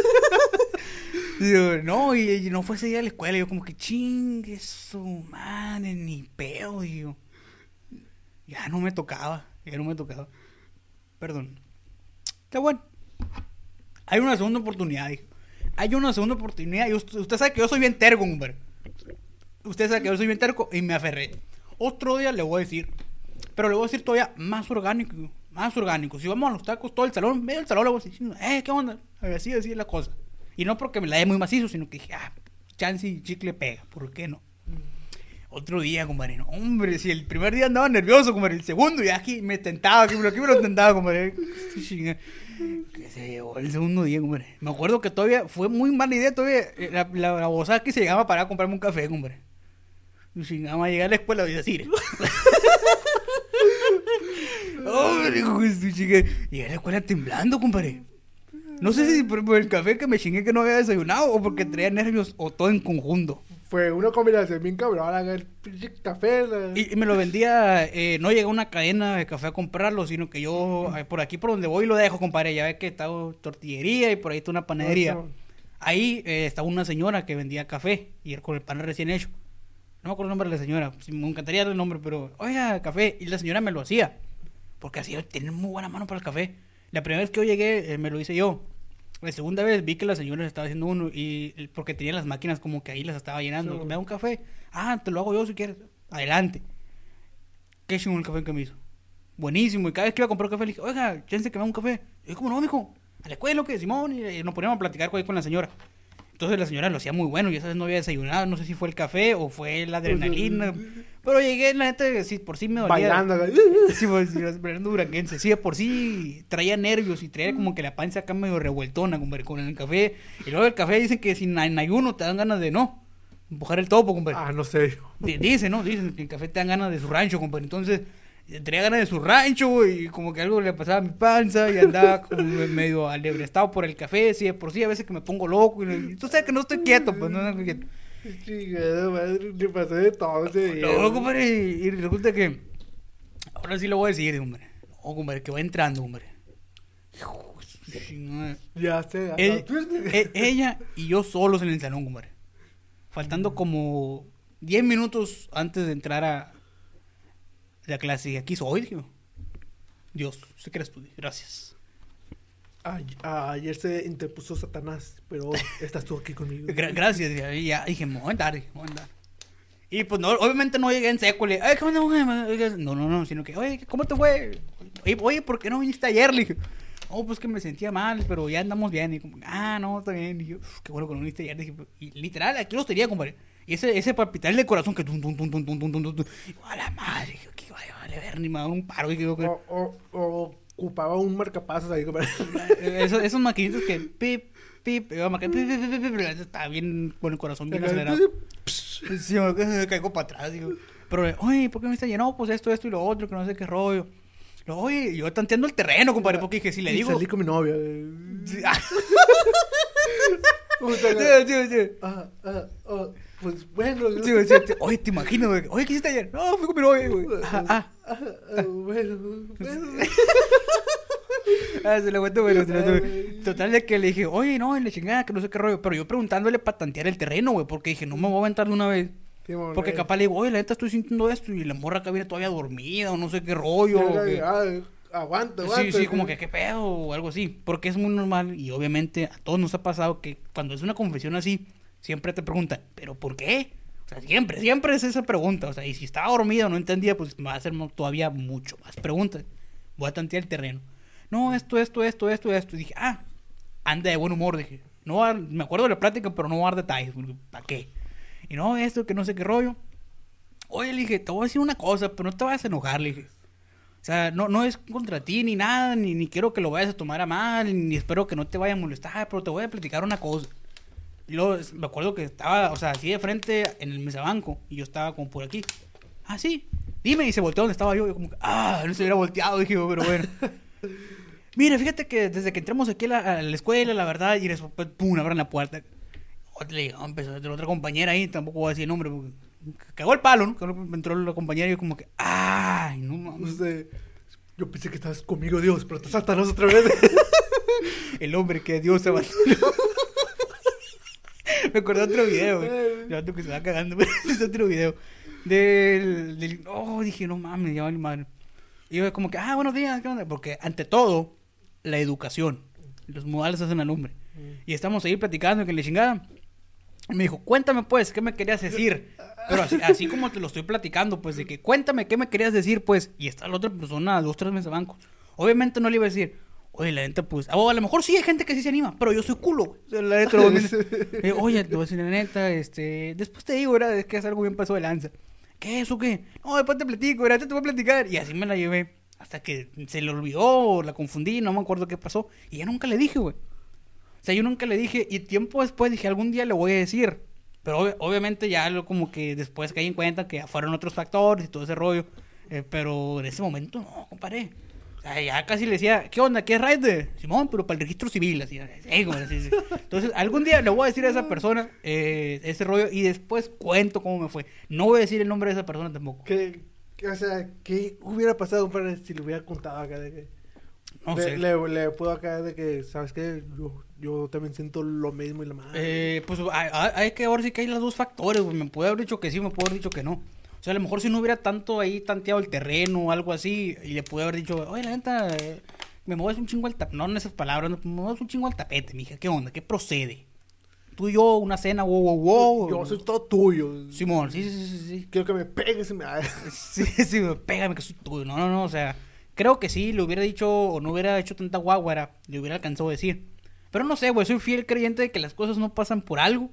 Digo, no, y, y no fue ese día a la escuela. Yo como que chingue su madre, ni pedo, digo. Ya no me tocaba, ya no me tocaba. Perdón. Está bueno. Hay una segunda oportunidad, dijo. Hay una segunda oportunidad. Y usted, usted sabe que yo soy bien terco, compadre. Usted sabe que yo soy bien terco y me aferré. Otro día le voy a decir, pero le voy a decir todavía más orgánico, más orgánico. Si vamos a los tacos, todo el salón, medio el salón le voy a decir, eh, ¿qué onda? A ver, así, así es la cosa. Y no porque me la dé muy macizo, sino que dije, ah, chance y chicle pega, ¿por qué no? Mm. Otro día, compadre, no, hombre, si el primer día andaba nervioso, compadre, el segundo ya aquí me tentaba, aquí, aquí me lo tentaba, compadre. Que se llevó el segundo día, compadre. Me acuerdo que todavía fue muy mala idea, todavía la, la, la bozada que se llegaba para comprarme un café, compadre. Y chingamos a llegar a la escuela y decir. Hombre, llegué a la escuela temblando, compadre. No sé si por, por el café que me chingué que no había desayunado o porque traía nervios o todo en conjunto. Fue una combinación bien cabrón, el café. La... Y, y me lo vendía, eh, no llegué a una cadena de café a comprarlo, sino que yo eh, por aquí por donde voy lo dejo, compadre. Ya ves que está tortillería y por ahí está una panadería. Ahí eh, estaba una señora que vendía café y con el pan recién hecho. No me acuerdo el nombre de la señora, me encantaría dar el nombre, pero, oiga, café. Y la señora me lo hacía, porque así tenía muy buena mano para el café. La primera vez que yo llegué, eh, me lo hice yo. La segunda vez vi que la señora estaba haciendo uno, y porque tenía las máquinas como que ahí las estaba llenando. Sí. ¿Me da un café? Ah, te lo hago yo si quieres. Adelante. Qué chingón el café que me hizo. Buenísimo. Y cada vez que iba a comprar café, le dije, oiga, chénse que me da un café. Y yo, ¿cómo no, mijo? A la escuela, que Simón. Y nos poníamos a platicar con la señora. Entonces la señora lo hacía muy bueno, y esa vez no había desayunado, no sé si fue el café o fue la adrenalina, pero llegué, la neta, sí, por sí me dolía. Bailando. Sí, pues, bailando duranguense, sí, por sí traía nervios y traía como que la panza acá medio revueltona, compadre, con el café. Y luego el café dicen que sin en ayuno te dan ganas de no, empujar el topo, compadre. Ah, no sé. Dicen, ¿no? Dicen que el café te dan ganas de su rancho, compadre, entonces... Tenía ganas de su rancho y como que algo le pasaba a mi panza y andaba como medio alebrestado por el café, sí, de por sí a veces que me pongo loco y, y tú sabes que no estoy quieto, pues no estoy quieto. Chingada madre, le pasé de todo ese día. No, compadre, y, y resulta que ahora sí lo voy a decir, hombre. No, compadre, que va entrando, hombre. Ya sé. El, e, ella y yo solos en el salón, compadre. Faltando como diez minutos antes de entrar a la clase. Y aquí soy, dije. Dios, sé que eres tú, gracias. Ay, ayer se interpuso Satanás, pero hoy estás tú aquí conmigo. Gra- gracias, y ya dije, me voy a andar, dije, me voy a andar. Y pues no, obviamente no llegué en seco, le dije, ¿cómo te fue? No, no, no, sino que, oye, ¿cómo te fue? Oye, oye, ¿por qué no viniste ayer? Le dije, oh, pues que me sentía mal, pero ya andamos bien. Y como, ah, no, está bien. Y yo, qué bueno que no viniste ayer. Dije, y literal, aquí los tenía, compadre. Y ese, ese palpitar de corazón que tum, tum, tum, tum, tum, tum, tum, tum. Y, a la madre, dije, que vaya, vale, ver, ni me daba un paro. Y que, que... O, o, o ocupaba un marcapasos ahí, compadre. Esos, esos maquinitos que pip, pip, iba a marcar, pip, pip, pip, pip, estaba bien con el corazón bien acelerado. Sí, me caigo para atrás, digo. Pero, oye, ¿por qué me está llenando? Pues esto, esto y lo otro, que no sé qué rollo. Oye, yo tanteando el terreno, compadre, porque dije, si le digo... Y salí con mi novia. Sí, sí, sí, sí. Ah, ah, ah, pues bueno. Sí, sí, sí. Oye, te imagino, güey. Oye, ¿qué hiciste ayer? No, fui con mi novia, güey. Ah, ah. Ah, ah, bueno, bueno. Ah, se lo cuento, bueno, se lo cuento. Total de que le dije, oye, no, y le chingada, que no sé qué rollo. Pero yo preguntándole para tantear el terreno, güey, porque dije, no me voy a aventar de una vez. Sí, bueno, Porque eh. capaz le digo, oye, la neta estoy sintiendo esto. Y la morra acá viene todavía dormida o no sé qué rollo. Ya, que... ya, ya, aguanta, aguanta. Sí, sí, como que qué pedo o algo así. Porque es muy normal y obviamente a todos nos ha pasado que cuando es una confesión así, siempre te preguntan, ¿pero por qué? O sea, siempre, siempre es esa pregunta. O sea, y si estaba dormida o no entendía, pues me va a hacer todavía mucho más preguntas. Voy a tantear el terreno. No, esto, esto, esto, esto, esto. Y dije, ah, anda de buen humor. Dije, no va a, me acuerdo de la plática, pero no voy a dar detalles. ¿Para qué? Y no, esto, que no sé qué rollo. Oye, le dije, te voy a decir una cosa, pero no te vayas a enojar, le dije. O sea, no, no es contra ti ni nada, ni, ni quiero que lo vayas a tomar a mal, ni espero que no te vaya a molestar, pero te voy a platicar una cosa. Y luego me acuerdo que estaba, o sea, así de frente en el mesabanco, y yo estaba como por aquí. Ah, sí, dime, y se volteó donde estaba yo, y como que, ah, no se hubiera volteado, dije yo, pero bueno. Mira, fíjate que desde que entramos aquí a la, a la escuela, la verdad, y después, pum, abran la puerta. Otra, le digo, empezó otra, otra compañera ahí, tampoco voy a decir el nombre, porque cagó el palo, ¿no? Que entró la compañera y yo como que, ay, no mames. No sé, yo pensé que estabas conmigo, Dios, pero te Satanás otra vez. El hombre que Dios se abandonó. Me acordé de otro video, güey. Yo que se va cagando, pero es otro video. Del, del... Oh, dije, no mames, ya vale madre. Y yo como que, ah, buenos días, ¿qué onda? Porque ante todo, la educación. Los modales hacen al hombre. Mm. Y estamos ahí platicando, que le chingada. Me dijo, cuéntame pues, ¿qué me querías decir? Pero así, así como te lo estoy platicando, pues, de que cuéntame qué me querías decir, pues. Y está la otra persona, dos, tres meses bancos. Obviamente no le iba a decir, oye, la neta, pues, o a lo mejor sí hay gente que sí se anima, pero yo soy culo, güey. O sea, la neta, eh, oye, te voy a decir la neta, este, después te digo, ¿verdad? Es que es algo bien pasado de lanza. ¿Qué es o qué? No, después te platico, ¿verdad? Te voy a platicar. Y así me la llevé. Hasta que se le olvidó, o la confundí, no me acuerdo qué pasó. Y ya nunca le dije, güey. O sea, yo nunca le dije, y tiempo después dije, algún día le voy a decir. Pero ob- obviamente ya lo, como que después caí en cuenta que ya fueron otros factores y todo ese rollo. Eh, pero en ese momento no, compadre. O sea, ya casi le decía, ¿qué onda? ¿Qué es raid de Simón? Pero para el registro civil, así. Sí, como así, sí. Entonces, algún día le voy a decir a esa persona eh, ese rollo y después cuento cómo me fue. No voy a decir el nombre de esa persona tampoco. ¿Qué, qué, o sea, ¿qué hubiera pasado para si le hubiera contado acá de que... No le, sé. Le, le puedo acá de que, ¿sabes qué? Yo, yo también siento lo mismo y la madre. Eh, pues hay, hay que ahora sí que hay los dos factores, güey. Me puede haber dicho que sí, me puede haber dicho que no. O sea, a lo mejor si no hubiera tanto ahí tanteado el terreno o algo así, y le pude haber dicho, oye, la neta, eh, me mueves un chingo al tapete. No en esas palabras, no, me mueves un chingo al tapete, mija. ¿Qué onda? ¿Qué procede? Tú y yo, una cena, wow, wow, wow. Yo soy todo tuyo. Simón, sí, sí, sí, sí. Quiero que me pegues y me... sí, sí, pégame que soy tuyo. No, no, no, o sea, creo que sí, le hubiera dicho, o no hubiera hecho tanta guaguara, le hubiera alcanzado a decir. Pero no sé, güey, soy fiel creyente de que las cosas no pasan por algo.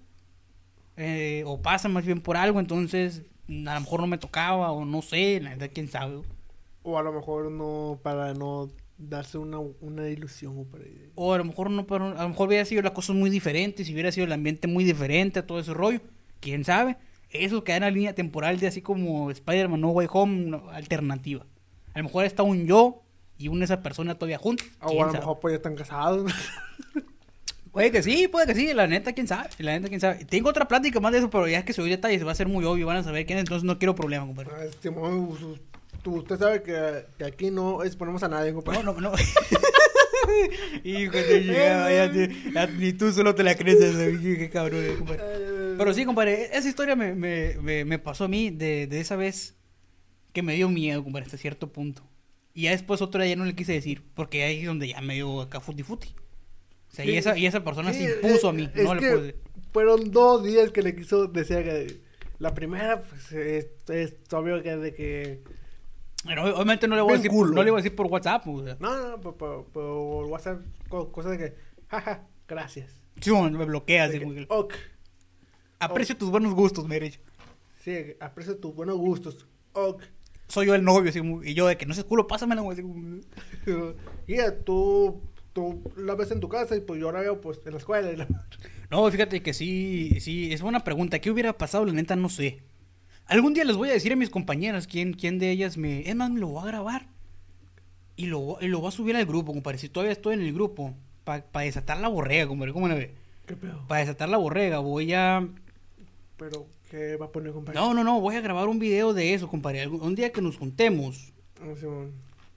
Eh, o pasan más bien por algo, entonces a lo mejor no me tocaba, o no sé, la verdad, quién sabe. O a lo mejor no, para no darse una, una ilusión. O, para... o a lo mejor no, para, a lo mejor hubiera sido las cosas muy diferentes, si hubiera sido el ambiente muy diferente a todo ese rollo, quién sabe. Eso queda en la línea temporal de así como Spider-Man No Way Home, no, alternativa. A lo mejor está un yo y una esa persona todavía juntos. O a lo sabe? Mejor pues ya están casados. Puede que sí, puede que sí, la neta, quién sabe, la neta, quién sabe. Tengo otra plática más de eso, pero ya es que si doy detalles va a ser muy obvio, van a saber quién es, entonces no quiero problema, compadre. Ah, este, usted sabe que, que aquí no exponemos a nadie, compadre. No, no, no. Hijo de llegada, ya, te, ya, ni tú solo te la crees, qué cabrón, compadre. Pero sí, compadre, esa historia me, me, me, me pasó a mí de, de esa vez que me dio miedo, compadre, hasta cierto punto. Y ya después otro día ya no le quise decir, porque ahí es donde ya me dio acá futi futi. O sea, Sí, y, esa, y esa persona sí, se impuso eh, a mí, es no le que pude. fueron dos días que le quiso decir que la primera, pues, es, es obvio que de que... Pero obviamente no le voy a Bien decir, culo. no le voy a decir por WhatsApp, o sea. No, no, no, por, por, por WhatsApp, co- cosas de que, jaja, gracias. Sí, me bloqueas. De así como que, que, ok, aprecio tus buenos gustos, me dicho. sí, aprecio tus buenos gustos, ok. Soy yo el novio, así como- y yo de que no seas culo, pásamela, güey. Así como... Y ya, tú, tú la ves en tu casa y pues yo la veo pues en la escuela. Y la... No, fíjate que sí, sí, es buena pregunta. ¿Qué hubiera pasado? La neta, no sé. Algún día les voy a decir a mis compañeras quién, quién de ellas me... Es más, me lo voy a grabar. Y lo, y lo voy a subir al grupo, compadre. Si todavía estoy en el grupo. Para pa desatar la borrega, compadre. ¿Cómo la ve? ¿Qué pedo? Para desatar la borrega, voy a... Pero, ¿qué va a poner, compadre? No, no, no, voy a grabar un video de eso, compadre. Algún- Un día que nos juntemos. No, Simón.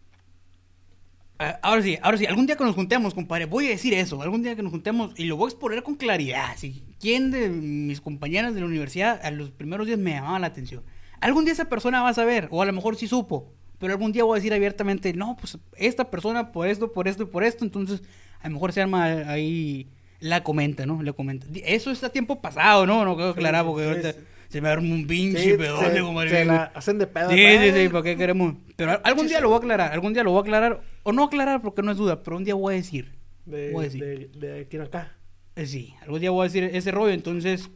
Ah, ahora sí, ahora sí, algún día que nos juntemos, compadre, voy a decir eso, algún día que nos juntemos y lo voy a exponer con claridad, ¿sí? ¿Quién de mis compañeras de la universidad a los primeros días me llamaba la atención? Algún día esa persona va a saber, o a lo mejor sí supo, pero algún día voy a decir abiertamente, no, pues esta persona por esto, por esto y por esto, entonces a lo mejor se arma ahí, la comenta, ¿no? La comenta. Eso está tiempo pasado, ¿no? No quiero aclarar porque sí, ahorita sí. se me arma un pinche Sí, pedote, se, compadre. se la hacen de pedo. Sí, ¿verdad? sí, sí, ¿para qué queremos? Pero algún día lo voy a aclarar, algún día lo voy a aclarar, o no aclarar porque no es duda, pero un día voy a decir. De, voy a decir. de, de quién acá. Eh, Sí, algún día voy a decir ese rollo, entonces,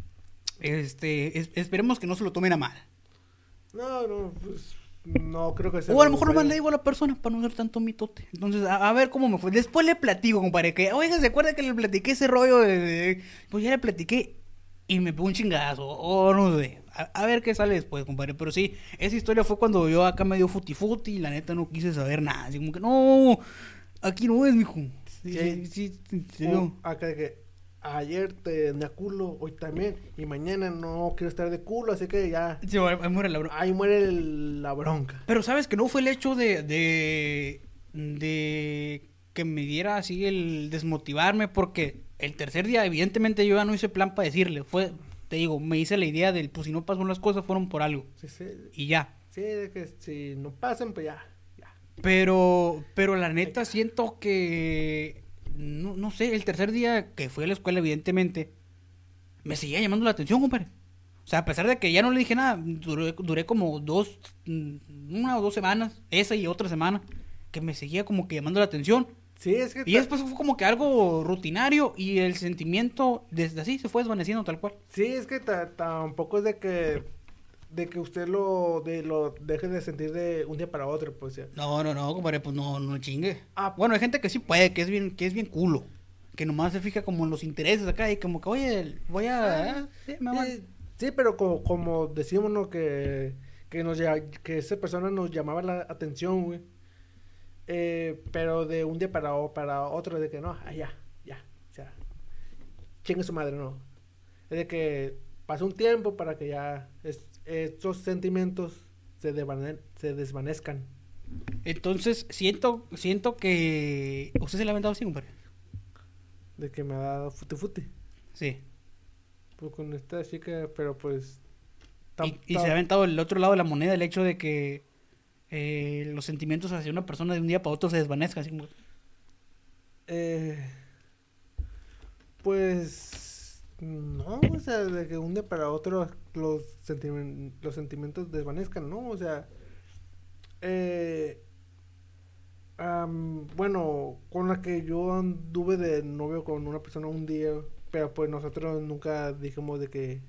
este, es- esperemos que no se lo tomen a mal. No, no, pues, no creo que sea. O a lo mejor nomás le digo a la persona para no ser tanto mitote. Entonces, a, a ver cómo me fue. Después le platico, compadre, que, oiga, ¿se acuerda que le platiqué ese rollo de, de- Pues ya le platiqué y me pegó un chingazo, o no sé. A, a ver qué sale después, compadre. Pero sí, esa historia fue cuando yo acá me dio futi futi y la neta no quise saber nada. Así como que, no, aquí no es, mijo. Sí, sí, sí, sí, sí, O no. acá de que ayer te de culo, hoy también, y mañana no quiero estar de culo, así que ya. Sí, ahí muere la bro- Ahí muere el- la bronca. Pero sabes que no fue el hecho de, de, de que me diera así el desmotivarme, porque el tercer día evidentemente yo ya no hice plan para decirle, fue, te digo, me hice la idea del, pues si no pasan las cosas fueron por algo, Sí, sí. y ya. Sí, de que si no pasan, pues ya. ya. Pero, pero la neta siento que, no, no sé, el tercer día que fui a la escuela evidentemente, me seguía llamando la atención, compadre. O sea, a pesar de que ya no le dije nada, duré, duré como dos, mm, una o dos semanas, esa y otra semana, que me seguía como que llamando la atención. Sí, es que. Y ta- después fue como que algo rutinario y el sentimiento desde así se fue desvaneciendo tal cual. Sí, es que ta- tampoco es de que. De que usted lo, de, lo deje de sentir de un día para otro, pues ya. No, no, no, compadre, pues no, no chingue. Ah. Bueno, hay gente que sí puede, que es bien, que es bien culo. Que nomás se fija como en los intereses acá y como que, oye, voy a... ah, sí, me va- Sí, sí, pero co- como decimos, ¿no? Que, que, nos, ya- que esa persona nos llamaba la atención, güey. Eh, pero de un día para, o- para otro, de que no, ah, ya, ya, o sea, chingue su madre, no. Es de que pasa un tiempo para que ya es- estos sentimientos se, desvane- se desvanezcan. Entonces, siento, siento que... ¿Usted se le ha aventado así, compadre? De que me ha dado futi futi. Sí. Pues con esta chica, pero pues. Y, tam- y tam- se ha aventado el otro lado de la moneda el hecho de que eh, los sentimientos hacia una persona de un día para otro se desvanezcan. Así como... Eh, pues no, o sea, de que un día para otro los, sentimen- los sentimientos desvanezcan, ¿no? O sea, eh, am, bueno, con la que yo anduve de novio con una persona un día, pero pues nosotros nunca dijimos de que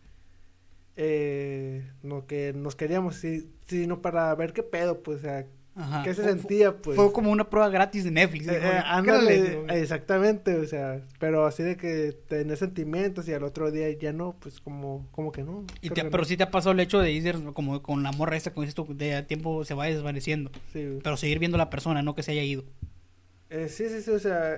eh, no que nos queríamos, sí, sino para ver qué pedo, pues, o sea, Ajá. qué se Fue- sentía, pues. Fue como una prueba gratis de Netflix. Eh, ¿no? eh, ándale, Quédale. exactamente, o sea, pero así de que tener sentimientos y al otro día ya no, pues como, como que no. Y creo te- que pero no. sí te ha pasado el hecho de ir como con la morra esta, con esto de a tiempo se va desvaneciendo. Sí, Pero seguir viendo a la persona, no que se haya ido. Eh, sí, sí, sí, o sea,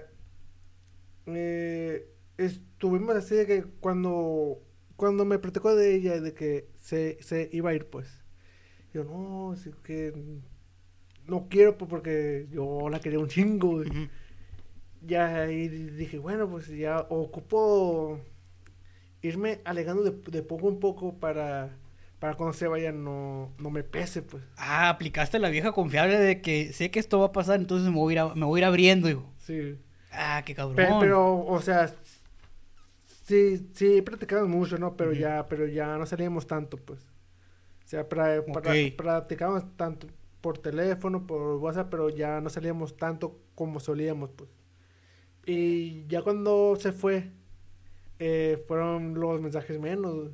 eh, estuvimos así de que cuando, cuando me platicó de ella, de que se, se iba a ir, pues, yo no, así que no quiero pues, porque yo la quería un chingo, güey. Ujú. Ya ahí dije, bueno, pues ya ocupo irme alegando de, de poco en poco para, para cuando se vaya no, no me pese, pues. Ah, aplicaste la vieja confiable de que sé que esto va a pasar, entonces me voy a ir, a- me voy a ir abriendo, hijo. Sí. Ah, qué cabrón. Pe- pero, o sea, sí, sí, practicamos mucho, ¿no? Pero Ujú. ya, pero ya no salíamos tanto, pues. O sea, pra- pra- Ok. practicábamos tanto por teléfono, por WhatsApp, pero ya no salíamos tanto como solíamos, pues. Y ya cuando se fue, eh, fueron los mensajes menos.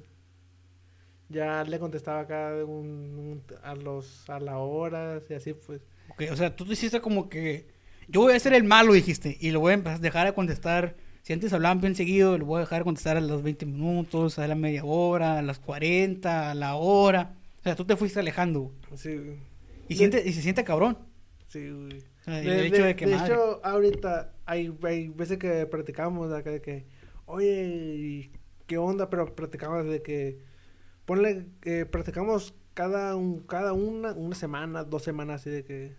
Ya le contestaba cada un, un- a los a la hora y así, pues. Ok, o sea, tú te hiciste como que yo voy a ser el malo, dijiste, y lo voy a empezar a dejar de contestar. Si antes hablaban bien seguido, lo voy a dejar de contestar a los veinte minutos, a la media hora, a las cuarenta, a la hora. O sea, tú te fuiste alejando, güey. Sí, Y, De- siente, y se siente cabrón. sí, güey. O sea, De, el hecho de- de que de madre. hecho, ahorita hay, hay veces que practicamos acá de que, oye, ¿y ¿qué onda? Pero practicamos de que, ponle que practicamos cada un, cada una, una semana, dos semanas así de que,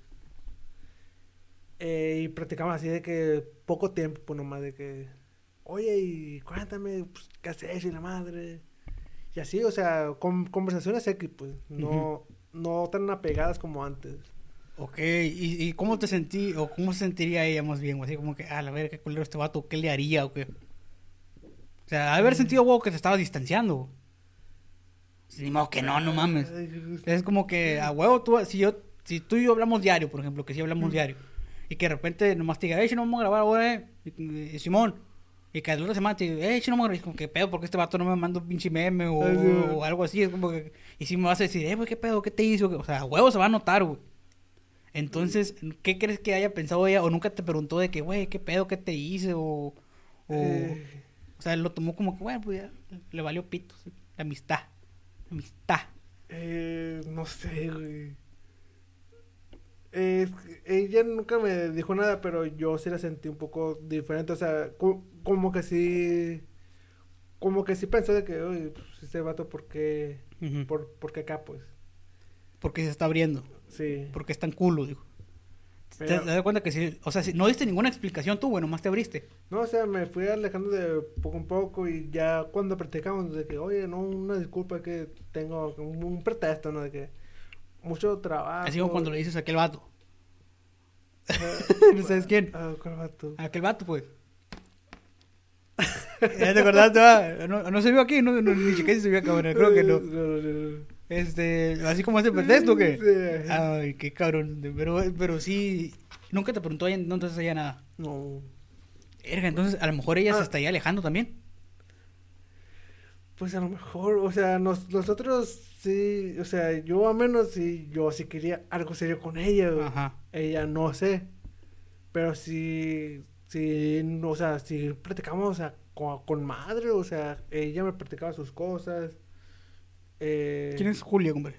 eh, y practicamos así de que poco tiempo, pues nomás de que, oye, y cuéntame, pues, ¿qué haces y la madre? Y así, o sea, con, conversaciones X, pues, no, no tan apegadas como antes. Ok, ¿Y, ¿y cómo te sentí, o cómo se sentiría ella más bien? O así como que, ah, la verga, qué culero este vato, ¿qué le haría o qué? O sea, ha de haber sentido, huevo, que te estabas distanciando. Ni modo que no, no mames. Es como que, a huevo, tú, si yo, si tú y yo hablamos diario, por ejemplo, que sí hablamos Mm. diario, y que de repente nomás te diga, eh, si no vamos a grabar ahora, eh, y- y- Simón, y que la otra semana te diga, eh, si no vamos a grabar, y como que pedo, porque este vato no me manda un pinche meme o, Ay, sí, güey. o algo así, es como que, y si me vas a decir, eh, güey, qué pedo, qué te hizo, o sea, a huevo se va a notar, güey. Entonces, ¿qué crees que haya pensado ella? O nunca te preguntó de que, güey, qué pedo, qué te hice, o, o, Eh, o sea, lo tomó como que, bueno, pues ya, le valió pito, sí, la amistad, la amistad. Eh, no sé, güey. Eh, es que ella nunca me dijo nada, pero yo sí la sentí un poco diferente. O sea, co- como que sí. Como que sí pensé de que, uy, pues este vato, ¿por qué? Ujú. Por, ¿por qué acá, pues? Porque se está abriendo. Sí. Porque es tan culo, digo. ¿Te, Pero- te das cuenta que sí? O sea, si no diste ninguna explicación tú, bueno, más te abriste. No, o sea, me fui alejando de poco en poco y ya cuando practicamos de que, oye, no, una disculpa que tengo un, un pretexto, ¿no? De que mucho trabajo. Así como cuando le dices a aquel vato. Ah, ¿No sabes quién? ah, ¿cuál vato? A aquel vato, pues. ¿Ya te acordaste? va? No, no se vio aquí, no, no, ni siquiera se vio acá, bueno, creo que no. No, no, no. Este, así como ese pretexto que. Sí. Ay, qué cabrón. Pero, pero sí, nunca te preguntó ella, no, entonces ella nada. No. Verga, entonces a lo mejor ella se Ah. estaría alejando también. Pues a lo mejor, o sea, nos, nosotros sí, o sea, yo a menos si yo sí quería algo serio con ella, güey. Ajá. Ella no sé. Pero si, si, no, o sea, si platicamos, o sea, con, con madre, o sea, ella me platicaba sus cosas. Eh, ¿Quién es Julia, compadre?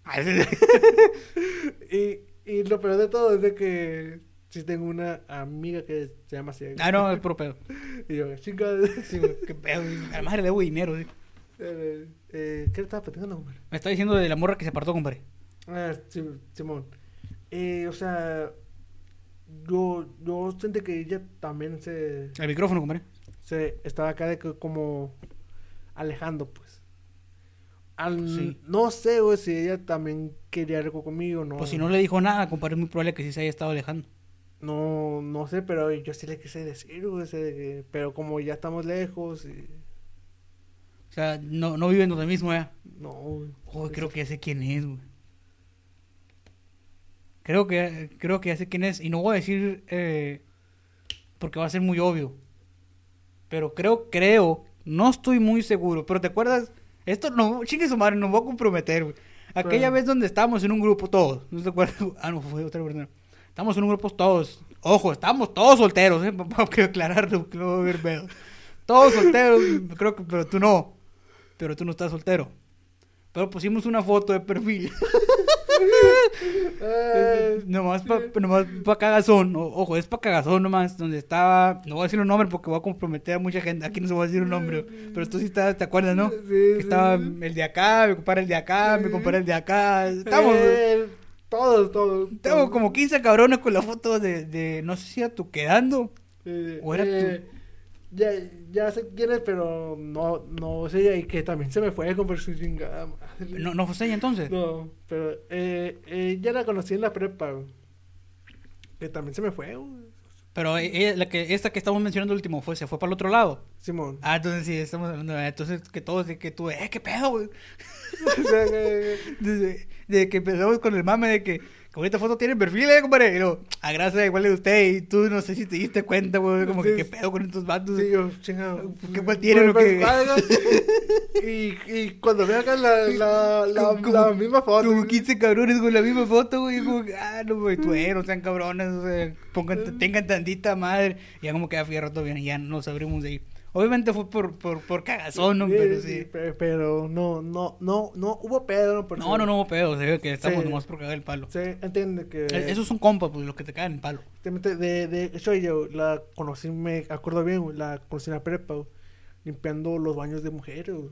Y, y lo peor de todo es de que sí tengo una amiga que se llama así. Ah, no, es puro pedo. Y yo, chica, Sí, güey, qué pedo. güey. A la madre le debo dinero, sí. eh, eh, ¿qué le estaba platicando, hombre? Me está diciendo de la morra que se apartó, compadre. Ah, sí, Simón. Eh, o sea, yo, yo sentí que ella también se, El micrófono, compadre. se estaba acá de que como alejando, pues. Al, Sí. No sé, güey, si ella también quería algo conmigo, no. Pues si no le dijo nada, compadre, es muy probable que sí se haya estado alejando. No, no sé, pero yo sí le quise decir, güey, sé de que- pero como ya estamos lejos y... O sea, no, no viven donde mismo, ya. No, güey. Uy, creo que ya sé quién es, güey. Creo que, creo que ya sé quién es. Y no voy a decir eh, porque va a ser muy obvio. Pero creo, creo, no estoy muy seguro. Pero ¿te acuerdas? Esto no, chingue su madre, no voy a comprometer, güey. Aquella Pero- vez donde estábamos en un grupo todos. ¿No te acuerdas? Ah, no, fue otra persona. Estamos en un grupo todos. Ojo, estamos todos solteros, ¿eh? Para aclararlo, que no va a haber pedo. Todos solteros, creo que, pero tú no. Pero tú no estás soltero. Pero pusimos una foto de perfil. Eh, Nomás para nomás pa cagazón. O- ojo, es para cagazón nomás. Donde estaba. No voy a decir un nombre porque voy a comprometer a mucha gente. Aquí no se va a decir un nombre. Pero tú sí estás, ¿te acuerdas, no? Sí, Que sí, estaba sí. el de acá, me compara el de acá, me compara el de acá. Estamos. Eh, todos, todos. Estamos todos. como quince cabrones con la foto de, de no sé si era tú quedando. Eh, o era eh, ya, ya sé quién es, pero no, no sé, y que también se me fue con su chingada madre. ¿No, no fue ella entonces? No, pero eh, eh, ya la conocí en la prepa, güey. Que también se me fue, güey. Pero ella, la que, esta que estamos mencionando último fue, se fue para el otro lado. Simón. Ah, entonces sí, estamos hablando de... Entonces que todos, de que tú, eh, qué pedo, güey. O sea, que- De, de que empezamos con el mame de que, como esta foto tiene perfil, eh, compadre. Y luego, a gracia igual de usted. Y tú no sé si te diste cuenta, güey. Como que Sí, qué pedo con estos vatos. Sí, yo, chingado. ¿Qué cuál tienen o Pues, qué? pues, y, y cuando veo acá la, la, la, Como- la misma foto. Como quince cabrones con la misma foto, güey. Como que, ah, no, güey, tú, eh, no sean cabrones. O sea, pongan, tengan tantita madre. Y ya como que a fierro todo bien. Y ya nos abrimos de ahí. Obviamente fue por, por, por cagazón, ¿no? Pero sí. pe- Pero no, no, no, no hubo pedo, ¿no? Porque No, no, no hubo pedo. Se ve que estamos Sí. nomás por cagar el palo. Se entiende que... Eh, Esos son compas, pues, los que te caen el palo. Exactamente, de, de hecho yo la conocí, me acuerdo bien, güey, la conocí en la prepa, güey, limpiando los baños de mujeres, güey.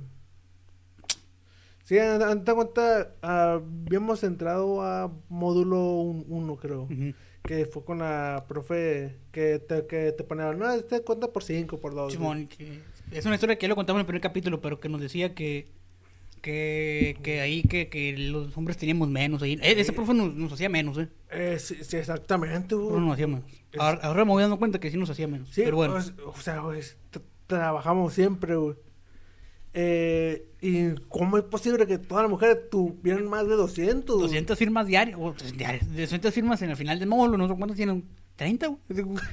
Sí, antes de cuenta, ah, habíamos entrado a módulo uno, creo, Ujú. que fue con la profe que te, que te ponía, no, este cuenta por cinco, por dos. Simón, que es una historia que ya lo contamos en el primer capítulo, pero que nos decía que que, que ahí que, que los hombres teníamos menos ahí. Eh, ese profe nos, nos hacía menos, eh. Eh, sí, sí, exactamente, El profe güey. nos hacía menos. Es- Ahora, ahora me voy dando cuenta que sí nos hacía menos. Sí, pero bueno. o, o sea, güey, t- trabajamos siempre, güey. Eh, ¿y cómo es posible que todas las mujeres tuvieran más de doscientos? doscientas firmas diarias, o pues, diarias, doscientas firmas en el final del módulo, no sé cuántas tienen, treinta, güey.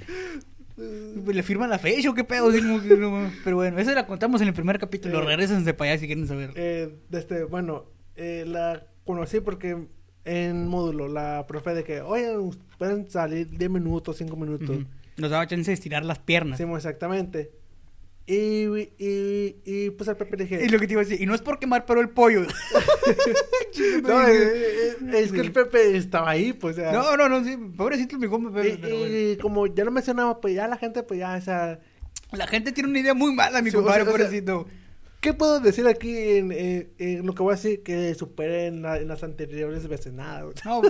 Le firman la fecha o qué pedo. Así como que no- pero bueno, eso la contamos en el primer capítulo. Eh, Regrésense para allá si quieren saber. Eh, desde, bueno, eh, la conocí porque en módulo la profe de que, oye, pueden salir diez minutos, cinco minutos. Ujú. Nos daba chance de estirar las piernas. Sí, exactamente. Y, y, y pues al Pepe le dije... Y lo que te iba a decir, y no es por quemar, pero el pollo. No, eh, eh, es que el Pepe estaba ahí, pues, o sea, No, no, no, sí, pobrecito mi compa, pero, y, pero bueno. y como ya lo mencionaba, pues ya la gente, pues ya, o sea, La gente tiene una idea muy mala, mi Sí, o compadre, sea, o sea, pobrecito. ¿qué puedo decir aquí en, en- en lo que voy a decir que supere en, la- en las anteriores veces? Nada, güey. No,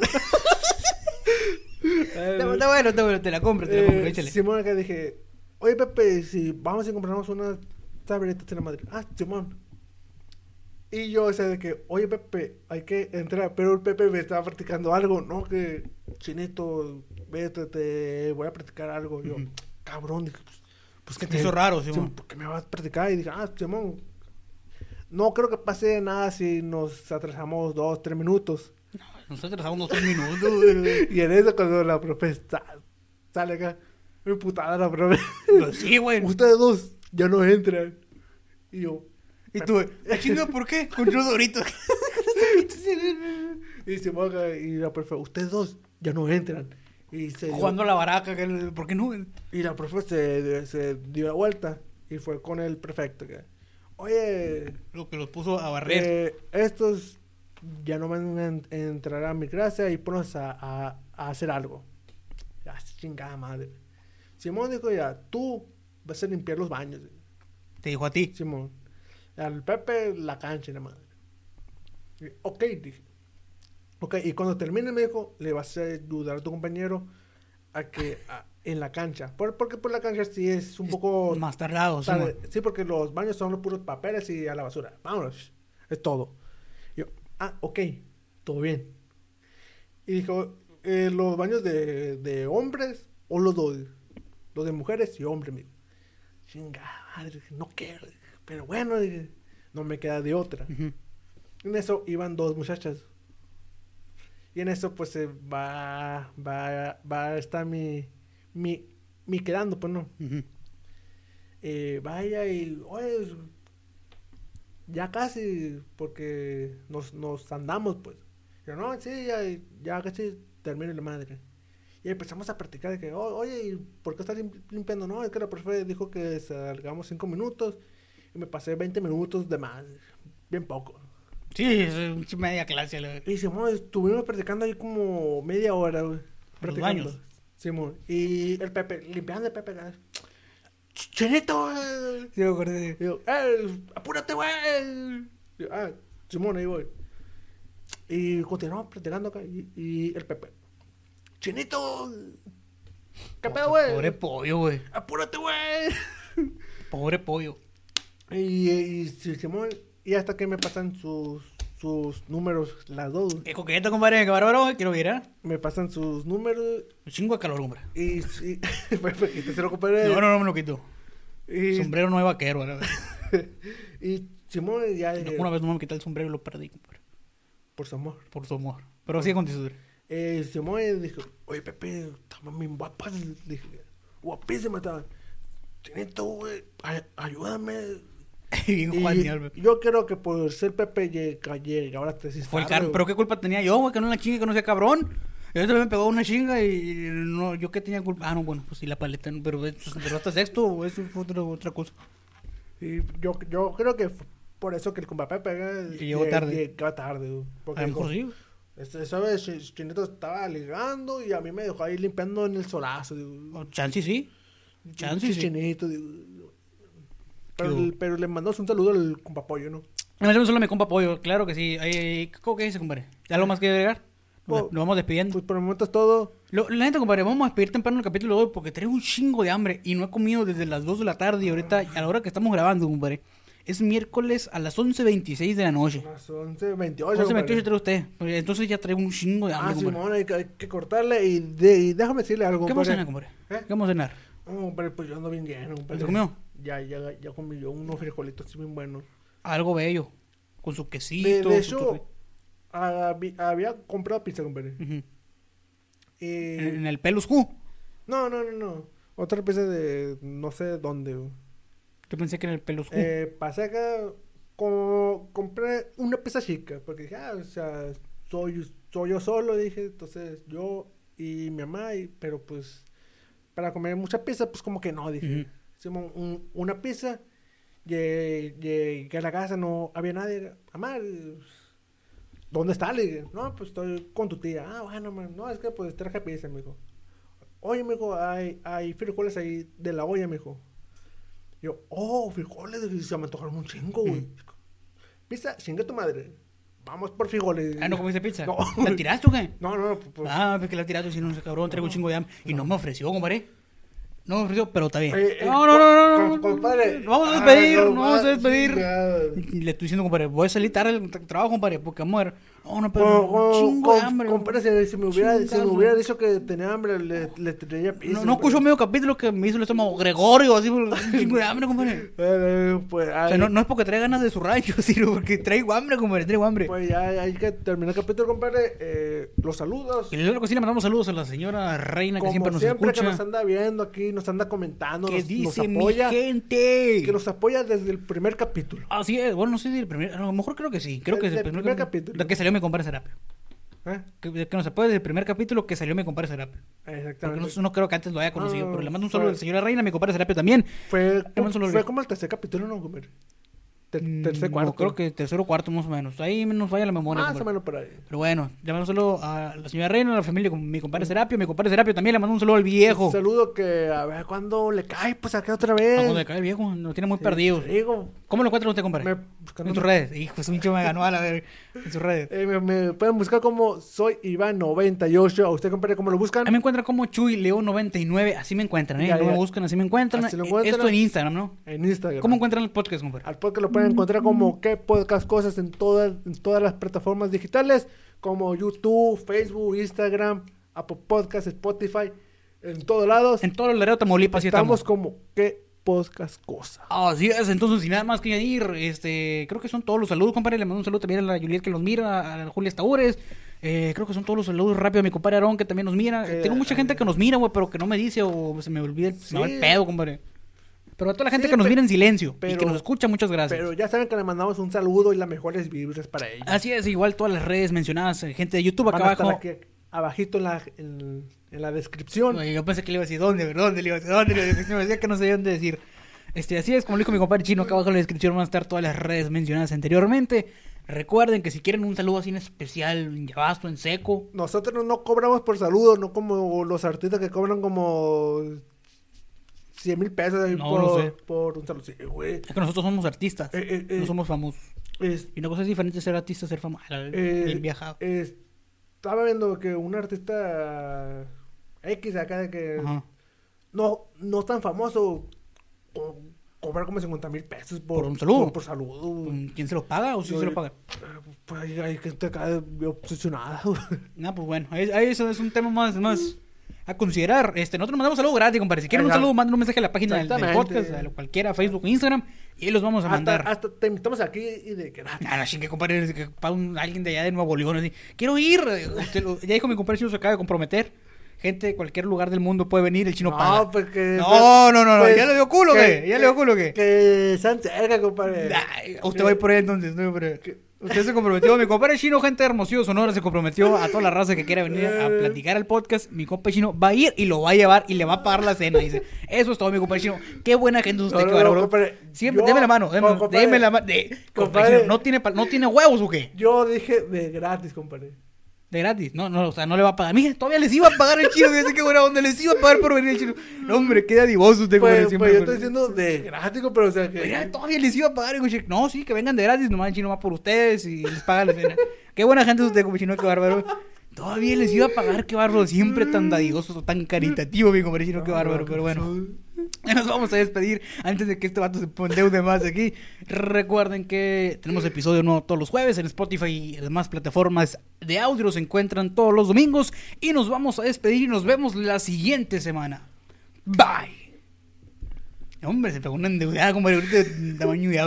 está, está bueno, está bueno, te la compro, te la compro, Eh, échale. Simón acá dije, oye Pepe, si vamos y compramos unas tableritas de la madre. Ah, Simón. Y yo, o sea, de que, oye Pepe, hay que entrar. Pero el Pepe me estaba practicando algo, ¿no? Que, chinito, vete, te voy a practicar algo. Yo, Ujú. cabrón, dije, pues, pues Que te hizo raro, Simón. ¿por qué me vas a practicar? Y dije, ah, Simón, no creo que pase nada si nos atrasamos dos, tres minutos. Nosotros trabajamos unos tres minutos, güey. Y en eso, cuando la profe sa- sale acá, muy putada la profe. Pues sí, güey. Ustedes dos ya no entran. Y yo, Y tú, ¿la chinga por qué? Con unos doritos. y se moja, y la profe, ustedes dos ya no entran. Y se dio- Jugando a la baraca, que el- ¿por qué no? y la profe se, se dio la vuelta y fue con el prefecto. Que, oye, Lo que los puso a barrer. eh, estos ya no van a en- entrar a mi clase y ponos a, a, a hacer algo. Ya, chingada madre. Simón dijo ya, tú vas a limpiar los baños. Te dijo a ti. Simón. Al Pepe la cancha, nada más. Y, ok, dije. Ok, y cuando termine me dijo, le vas a ayudar a tu compañero a que a- en la cancha. Por, porque por la cancha sí es un poco Más tardado, tarde. Simón. Sí, porque los baños son los puros papeles y a la basura. Vámonos. Es todo. Y yo, ah, ok, todo bien. Y dijo, eh, los baños de, de hombres o los dos. Los de mujeres y hombres, me dijo. Chingada madre, dije, no quiero. Dije, pero bueno, dije, no me queda de otra. Ujú. En eso iban dos muchachas. Y en eso pues se va, va, va a estar mi, mi, mi quedando, pues no. Ujú. Eh, vaya y, oye, ya casi, porque nos, nos andamos, pues. Yo, no, sí, ya, ya casi termino la madre. Y empezamos a practicar de que, "Oh, oye, ¿y por qué estás lim- limpiando? No, es que la profe dijo que salgamos cinco minutos y me pasé veinte minutos de más, bien poco. Sí, es media clase. La... Y Simón, estuvimos practicando ahí como media hora, güey. Practicando. baños. Simón. Y el Pepe, limpiando el Pepe, acá, ¡Chinito, güey! Sí, me acordé. Y yo, ¡eh! ¡Apúrate, güey! Y yo, ah, Simón, ahí voy. Y continuamos practicando acá. Y, y el Pepe, ¡Chinito! ¿Qué pedo, güey? Pobre pollo, güey. ¡Apúrate, güey! Pobre pollo. Y, y, y, Simón, y hasta que me pasan sus, sus números, las dos. Qué coqueta, compadre, qué bárbaro, quiero ver, ¿eh? Me pasan sus números. Un chingo de calor, hombre. Y, y te se lo compadre. No, no, no me lo quito. Y, sombrero no es vaquero, a la vez. Y Simón ya... No, una vez no me quité el sombrero y lo perdí, compadre. Por su amor. Por su amor. Pero sigue con tu historia. Eh, Simón dijo, oye, Pepe, estaban bien guapas. Dije, guapísimas estaban. Tinito, güey, ayúdame. Bien Y Juan, yo creo que por ser Pepe llega, llega ahora te fue el carro. Pero qué culpa tenía yo, güey, que no la chingue, que no sea cabrón. Y ahorita me pegó una chinga y no, yo qué tenía culpa. Ah, no, bueno, pues sí, la paleta, ¿no? pero, pero hasta sexto, eso fue otra, otra cosa. Y yo, yo creo que fue por eso que el compa Pepe eh, y llegó tarde. Llegó tarde, güey. A lo mejor sí. Este, esa vez Chinito estaba ligando y a mí me dejó ahí limpiando en el solazo. Oh, Chansi sí. Chansi sí. Chinito, digo. Pero, el, pero le mandó un saludo al compa Pollo, ¿no? Le mandamos un saludo a mi compa Pollo, claro que sí. Ahí, ¿cómo que dice, compadre? ¿Algo más que agregar? Nos, pues, nos vamos despidiendo. Pues por el momento es todo. Lo, la neta, compadre, vamos a despedir temprano el capítulo de hoy porque traigo un chingo de hambre y no he comido desde las dos de la tarde y ahorita, a la hora que estamos grabando, compadre, es miércoles a las once veintiséis de la noche. A las once veintiocho. once veintiocho trae usted. Entonces ya traigo un chingo de hambre, ah, compadre. Simón, hay, hay que cortarle y, de, y déjame decirle algo, ¿Qué vamos a cenar, compadre? ¿Eh? ¿Qué vamos a cenar? No, compadre, pues yo ando bien lleno, compadre. ¿Te comió? Ya, ya, ya comí yo unos frijolitos así bien buenos. Algo bello. Con su quesito. De, de hecho, había, había comprado pizza, compadre. Uh-huh. Y... ¿En, en el Pelus Q? No, no, no, no. Otra pizza de no sé dónde. Yo pensé que en el Pelus Q. Eh, pasé acá, co compré una pizza chica, porque dije, ah, o sea, soy, soy yo solo, dije, entonces yo y mi mamá, y, pero pues, para comer mucha pizza, pues como que no, dije. Uh-huh. Hicimos un, una pizza, llegué, llegué a la casa, no había nadie, mamá, ¿dónde está? Le dije, no, pues estoy con tu tía. Ah, bueno, man, no, es que pues traje pizza, me dijo. Oye, me dijo, hay, hay frijoles ahí de la olla, me dijo. Yo, oh, frijoles, y se me antojaron un chingo, güey. Mm. Pizza, chinga tu madre. Vamos por frijoles. Ah, ¿no comiste pizza? No. ¿La tiraste o qué? No, no, pues. Ah, porque la tiraste, si no, ese cabrón, traigo un chingo de hambre. Y no me ofreció, compadre. No me ofreció, pero está bien. Eh, eh, no, no, no, no, no, no. Compadre. Nos vamos a despedir, ah, nos vamos a despedir. Chingada. Y le estoy diciendo, compadre, voy a salir tarde al trabajo, compadre, porque amor. No, no, pero Oh, un chingo oh, de hambre. Compadre, si, si me hubiera, si me hubiera dicho que tenía hambre, le, le traía pizza. No, no escucho medio capítulo que me hizo el estómago Gregorio, así, un chingo de hambre, compadre. Eh, pues, o sea, no, no es porque traiga ganas de su rancho, sino porque traigo hambre, compadre, traigo hambre. Pues ya hay que terminar el capítulo, compadre. Eh, los saludos. Y luego sí le mandamos saludos a la señora Reina, que Como siempre nos siempre escucha. Que nos anda viendo aquí, nos anda comentando, que nos, dice nos apoya. Mi gente. Que nos apoya desde el primer capítulo. Así es, bueno, no sé si el primer, a lo mejor creo que sí, creo que es el primer, primer capítulo. De que salió mi compadre Serapio. ¿Eh? Que, que nos apoya desde el primer capítulo que salió mi compadre Serapio. Exactamente. Porque no, no creo que antes lo haya conocido, no, pero le mando un saludo fue, a la señora Reina, mi compadre Serapio también. Fue, fue como el tercer capítulo, ¿no, compadre? Ter, tercer, no, cuarto. creo que tercero o cuarto más o menos. Ahí nos falla la memoria. Más o menos por ahí. Pero bueno, le mando un saludo a la señora Reina, a la familia con mi compadre Serapio. Mi compadre Serapio también le mando un saludo al viejo. Un saludo que a ver cuándo le cae, pues acá otra vez. ¿A cuándo le cae el viejo? Nos tiene muy sí, perdidos. Digo, ¿Cómo lo encuentra usted, compadre? Me, en sus redes. Hijo, es un chico me ganó a la ver. En sus redes. Eh, me, me pueden buscar como soy Iván noventa y ocho. ¿A usted, compadre, cómo lo buscan? A mí me encuentran como Chuy Leo noventa y nueve. Así me encuentran, ¿eh? Ya, no ya. me buscan, así me encuentran. Así lo encuentran. Esto en Instagram, ¿no? En Instagram. ¿Cómo encuentran el podcast, compadre? Al podcast lo pueden encontrar como qué podcast cosas en todas, en todas las plataformas digitales, como YouTube, Facebook, Instagram, Apple Podcasts, Spotify, en todos lados. En todo el Laredo, Tamaulipas, sí estamos. estamos como qué podcast cosa. Así es, entonces, sin nada más que añadir, este, creo que son todos los saludos, compadre. Le mando un saludo también a la Juliet que los mira, a la Julia Estaures. Eh, creo que son todos los saludos rápido a mi compadre Aarón, que también nos mira. Eh, Tengo mucha gente que nos mira, güey, pero que no me dice o se me olvida el, sí. me va el pedo, compadre. Pero a toda la gente Sí, que nos pero, mira en silencio pero, y que nos escucha, muchas gracias. Pero ya saben que le mandamos un saludo y las mejores vibras para ellos. Así es, igual todas las redes mencionadas, eh, gente de YouTube acá Van a estar abajo. aquí, abajito en la, en, en la descripción. Oye, yo pensé que le iba a decir dónde, ¿dónde le iba a decir dónde? Le iba a decir, me decía que no sabía dónde decir. Este, así es, como le dijo mi compadre Chino, acá abajo en la descripción van a estar todas las redes mencionadas anteriormente. Recuerden que si quieren un saludo así en especial, en llavazo, en seco. Nosotros no, no cobramos por saludos, no como los artistas que cobran como cien mil pesos ahí No, por, lo sé. por un saludo. Sí, güey. Es que nosotros somos artistas, Eh, eh, eh. no somos famosos. Es, Y una cosa es diferente ser artista, ser famoso. eh, Bien viajado. es- estaba viendo que un artista X acá de que Ajá. no, no tan famoso, co- cobra como cincuenta mil pesos por, ¿Por un saludo? Por, por saludo, güey. ¿Quién se los paga o si Yo- se los paga? Pues hay, hay gente acá de- obsesionada, güey. No, pues bueno, ahí, ahí eso es un tema más, más a considerar. Este, nosotros mandamos saludo gratis, compadre. Si quieren un Exacto. saludo, manden un mensaje a la página del, del Exactamente. podcast, a lo cualquiera, Facebook, Instagram, y ahí los vamos a mandar. Hasta, hasta te invitamos aquí y de que nada. Ah, no, chingue, compadre, es que para un, alguien de allá de Nuevo León, así, quiero ir. Usted lo- ya dijo mi compadre Chino, se acaba de comprometer. Gente de cualquier lugar del mundo puede venir, el Chino paga. No, pues que. No, no, no, no, pues, ¿ya le dio culo o qué? ¿Ya le dio culo o qué? Que sean cerca, compadre. Ay, usted va a ir por ahí entonces, no, pero usted se comprometió, mi compadre Chino, gente de Hermosillo, Sonora, se comprometió a toda la raza que quiera venir a platicar al podcast. Mi compa Chino va a ir y lo va a llevar y le va a pagar la cena. Dice, eso es todo, mi compadre Chino. Qué buena gente es usted, No, qué no, bárbaro. no, compadre, Siempre, yo- deme la mano, deme, no, compadre, deme la mano. De, compadre compadre. Chino, ¿no tiene, pa- ¿no tiene huevos o qué? Yo dije de gratis, compadre. De gratis. No, no, o sea, no le va a pagar. Mira, todavía les iba a pagar el Chino. Fíjate qué buena onda, les iba a pagar por venir el Chino. No, hombre, qué dadivoso usted, compadre, Pues, siempre. pues yo compadre. estoy diciendo de gratis, pero o sea que. Mira, todavía les iba a pagar. Y digo, no, sí, que vengan de gratis. Nomás el Chino va por ustedes y les paga la cena. Qué buena gente es usted, como Chino, qué bárbaro. Todavía les iba a pagar, qué bárbaro. Siempre tan dadivoso, tan caritativo, mi compadre Chino, qué bárbaro. Pero bueno, ya nos vamos a despedir antes de que este vato se endeude más aquí. Recuerden que tenemos episodio nuevo todos los jueves en Spotify y demás plataformas de audio. Se encuentran todos los domingos. Y nos vamos a despedir y nos vemos la siguiente semana. Bye. Hombre, se pegó una endeudada, compadre, ahorita de tamaño de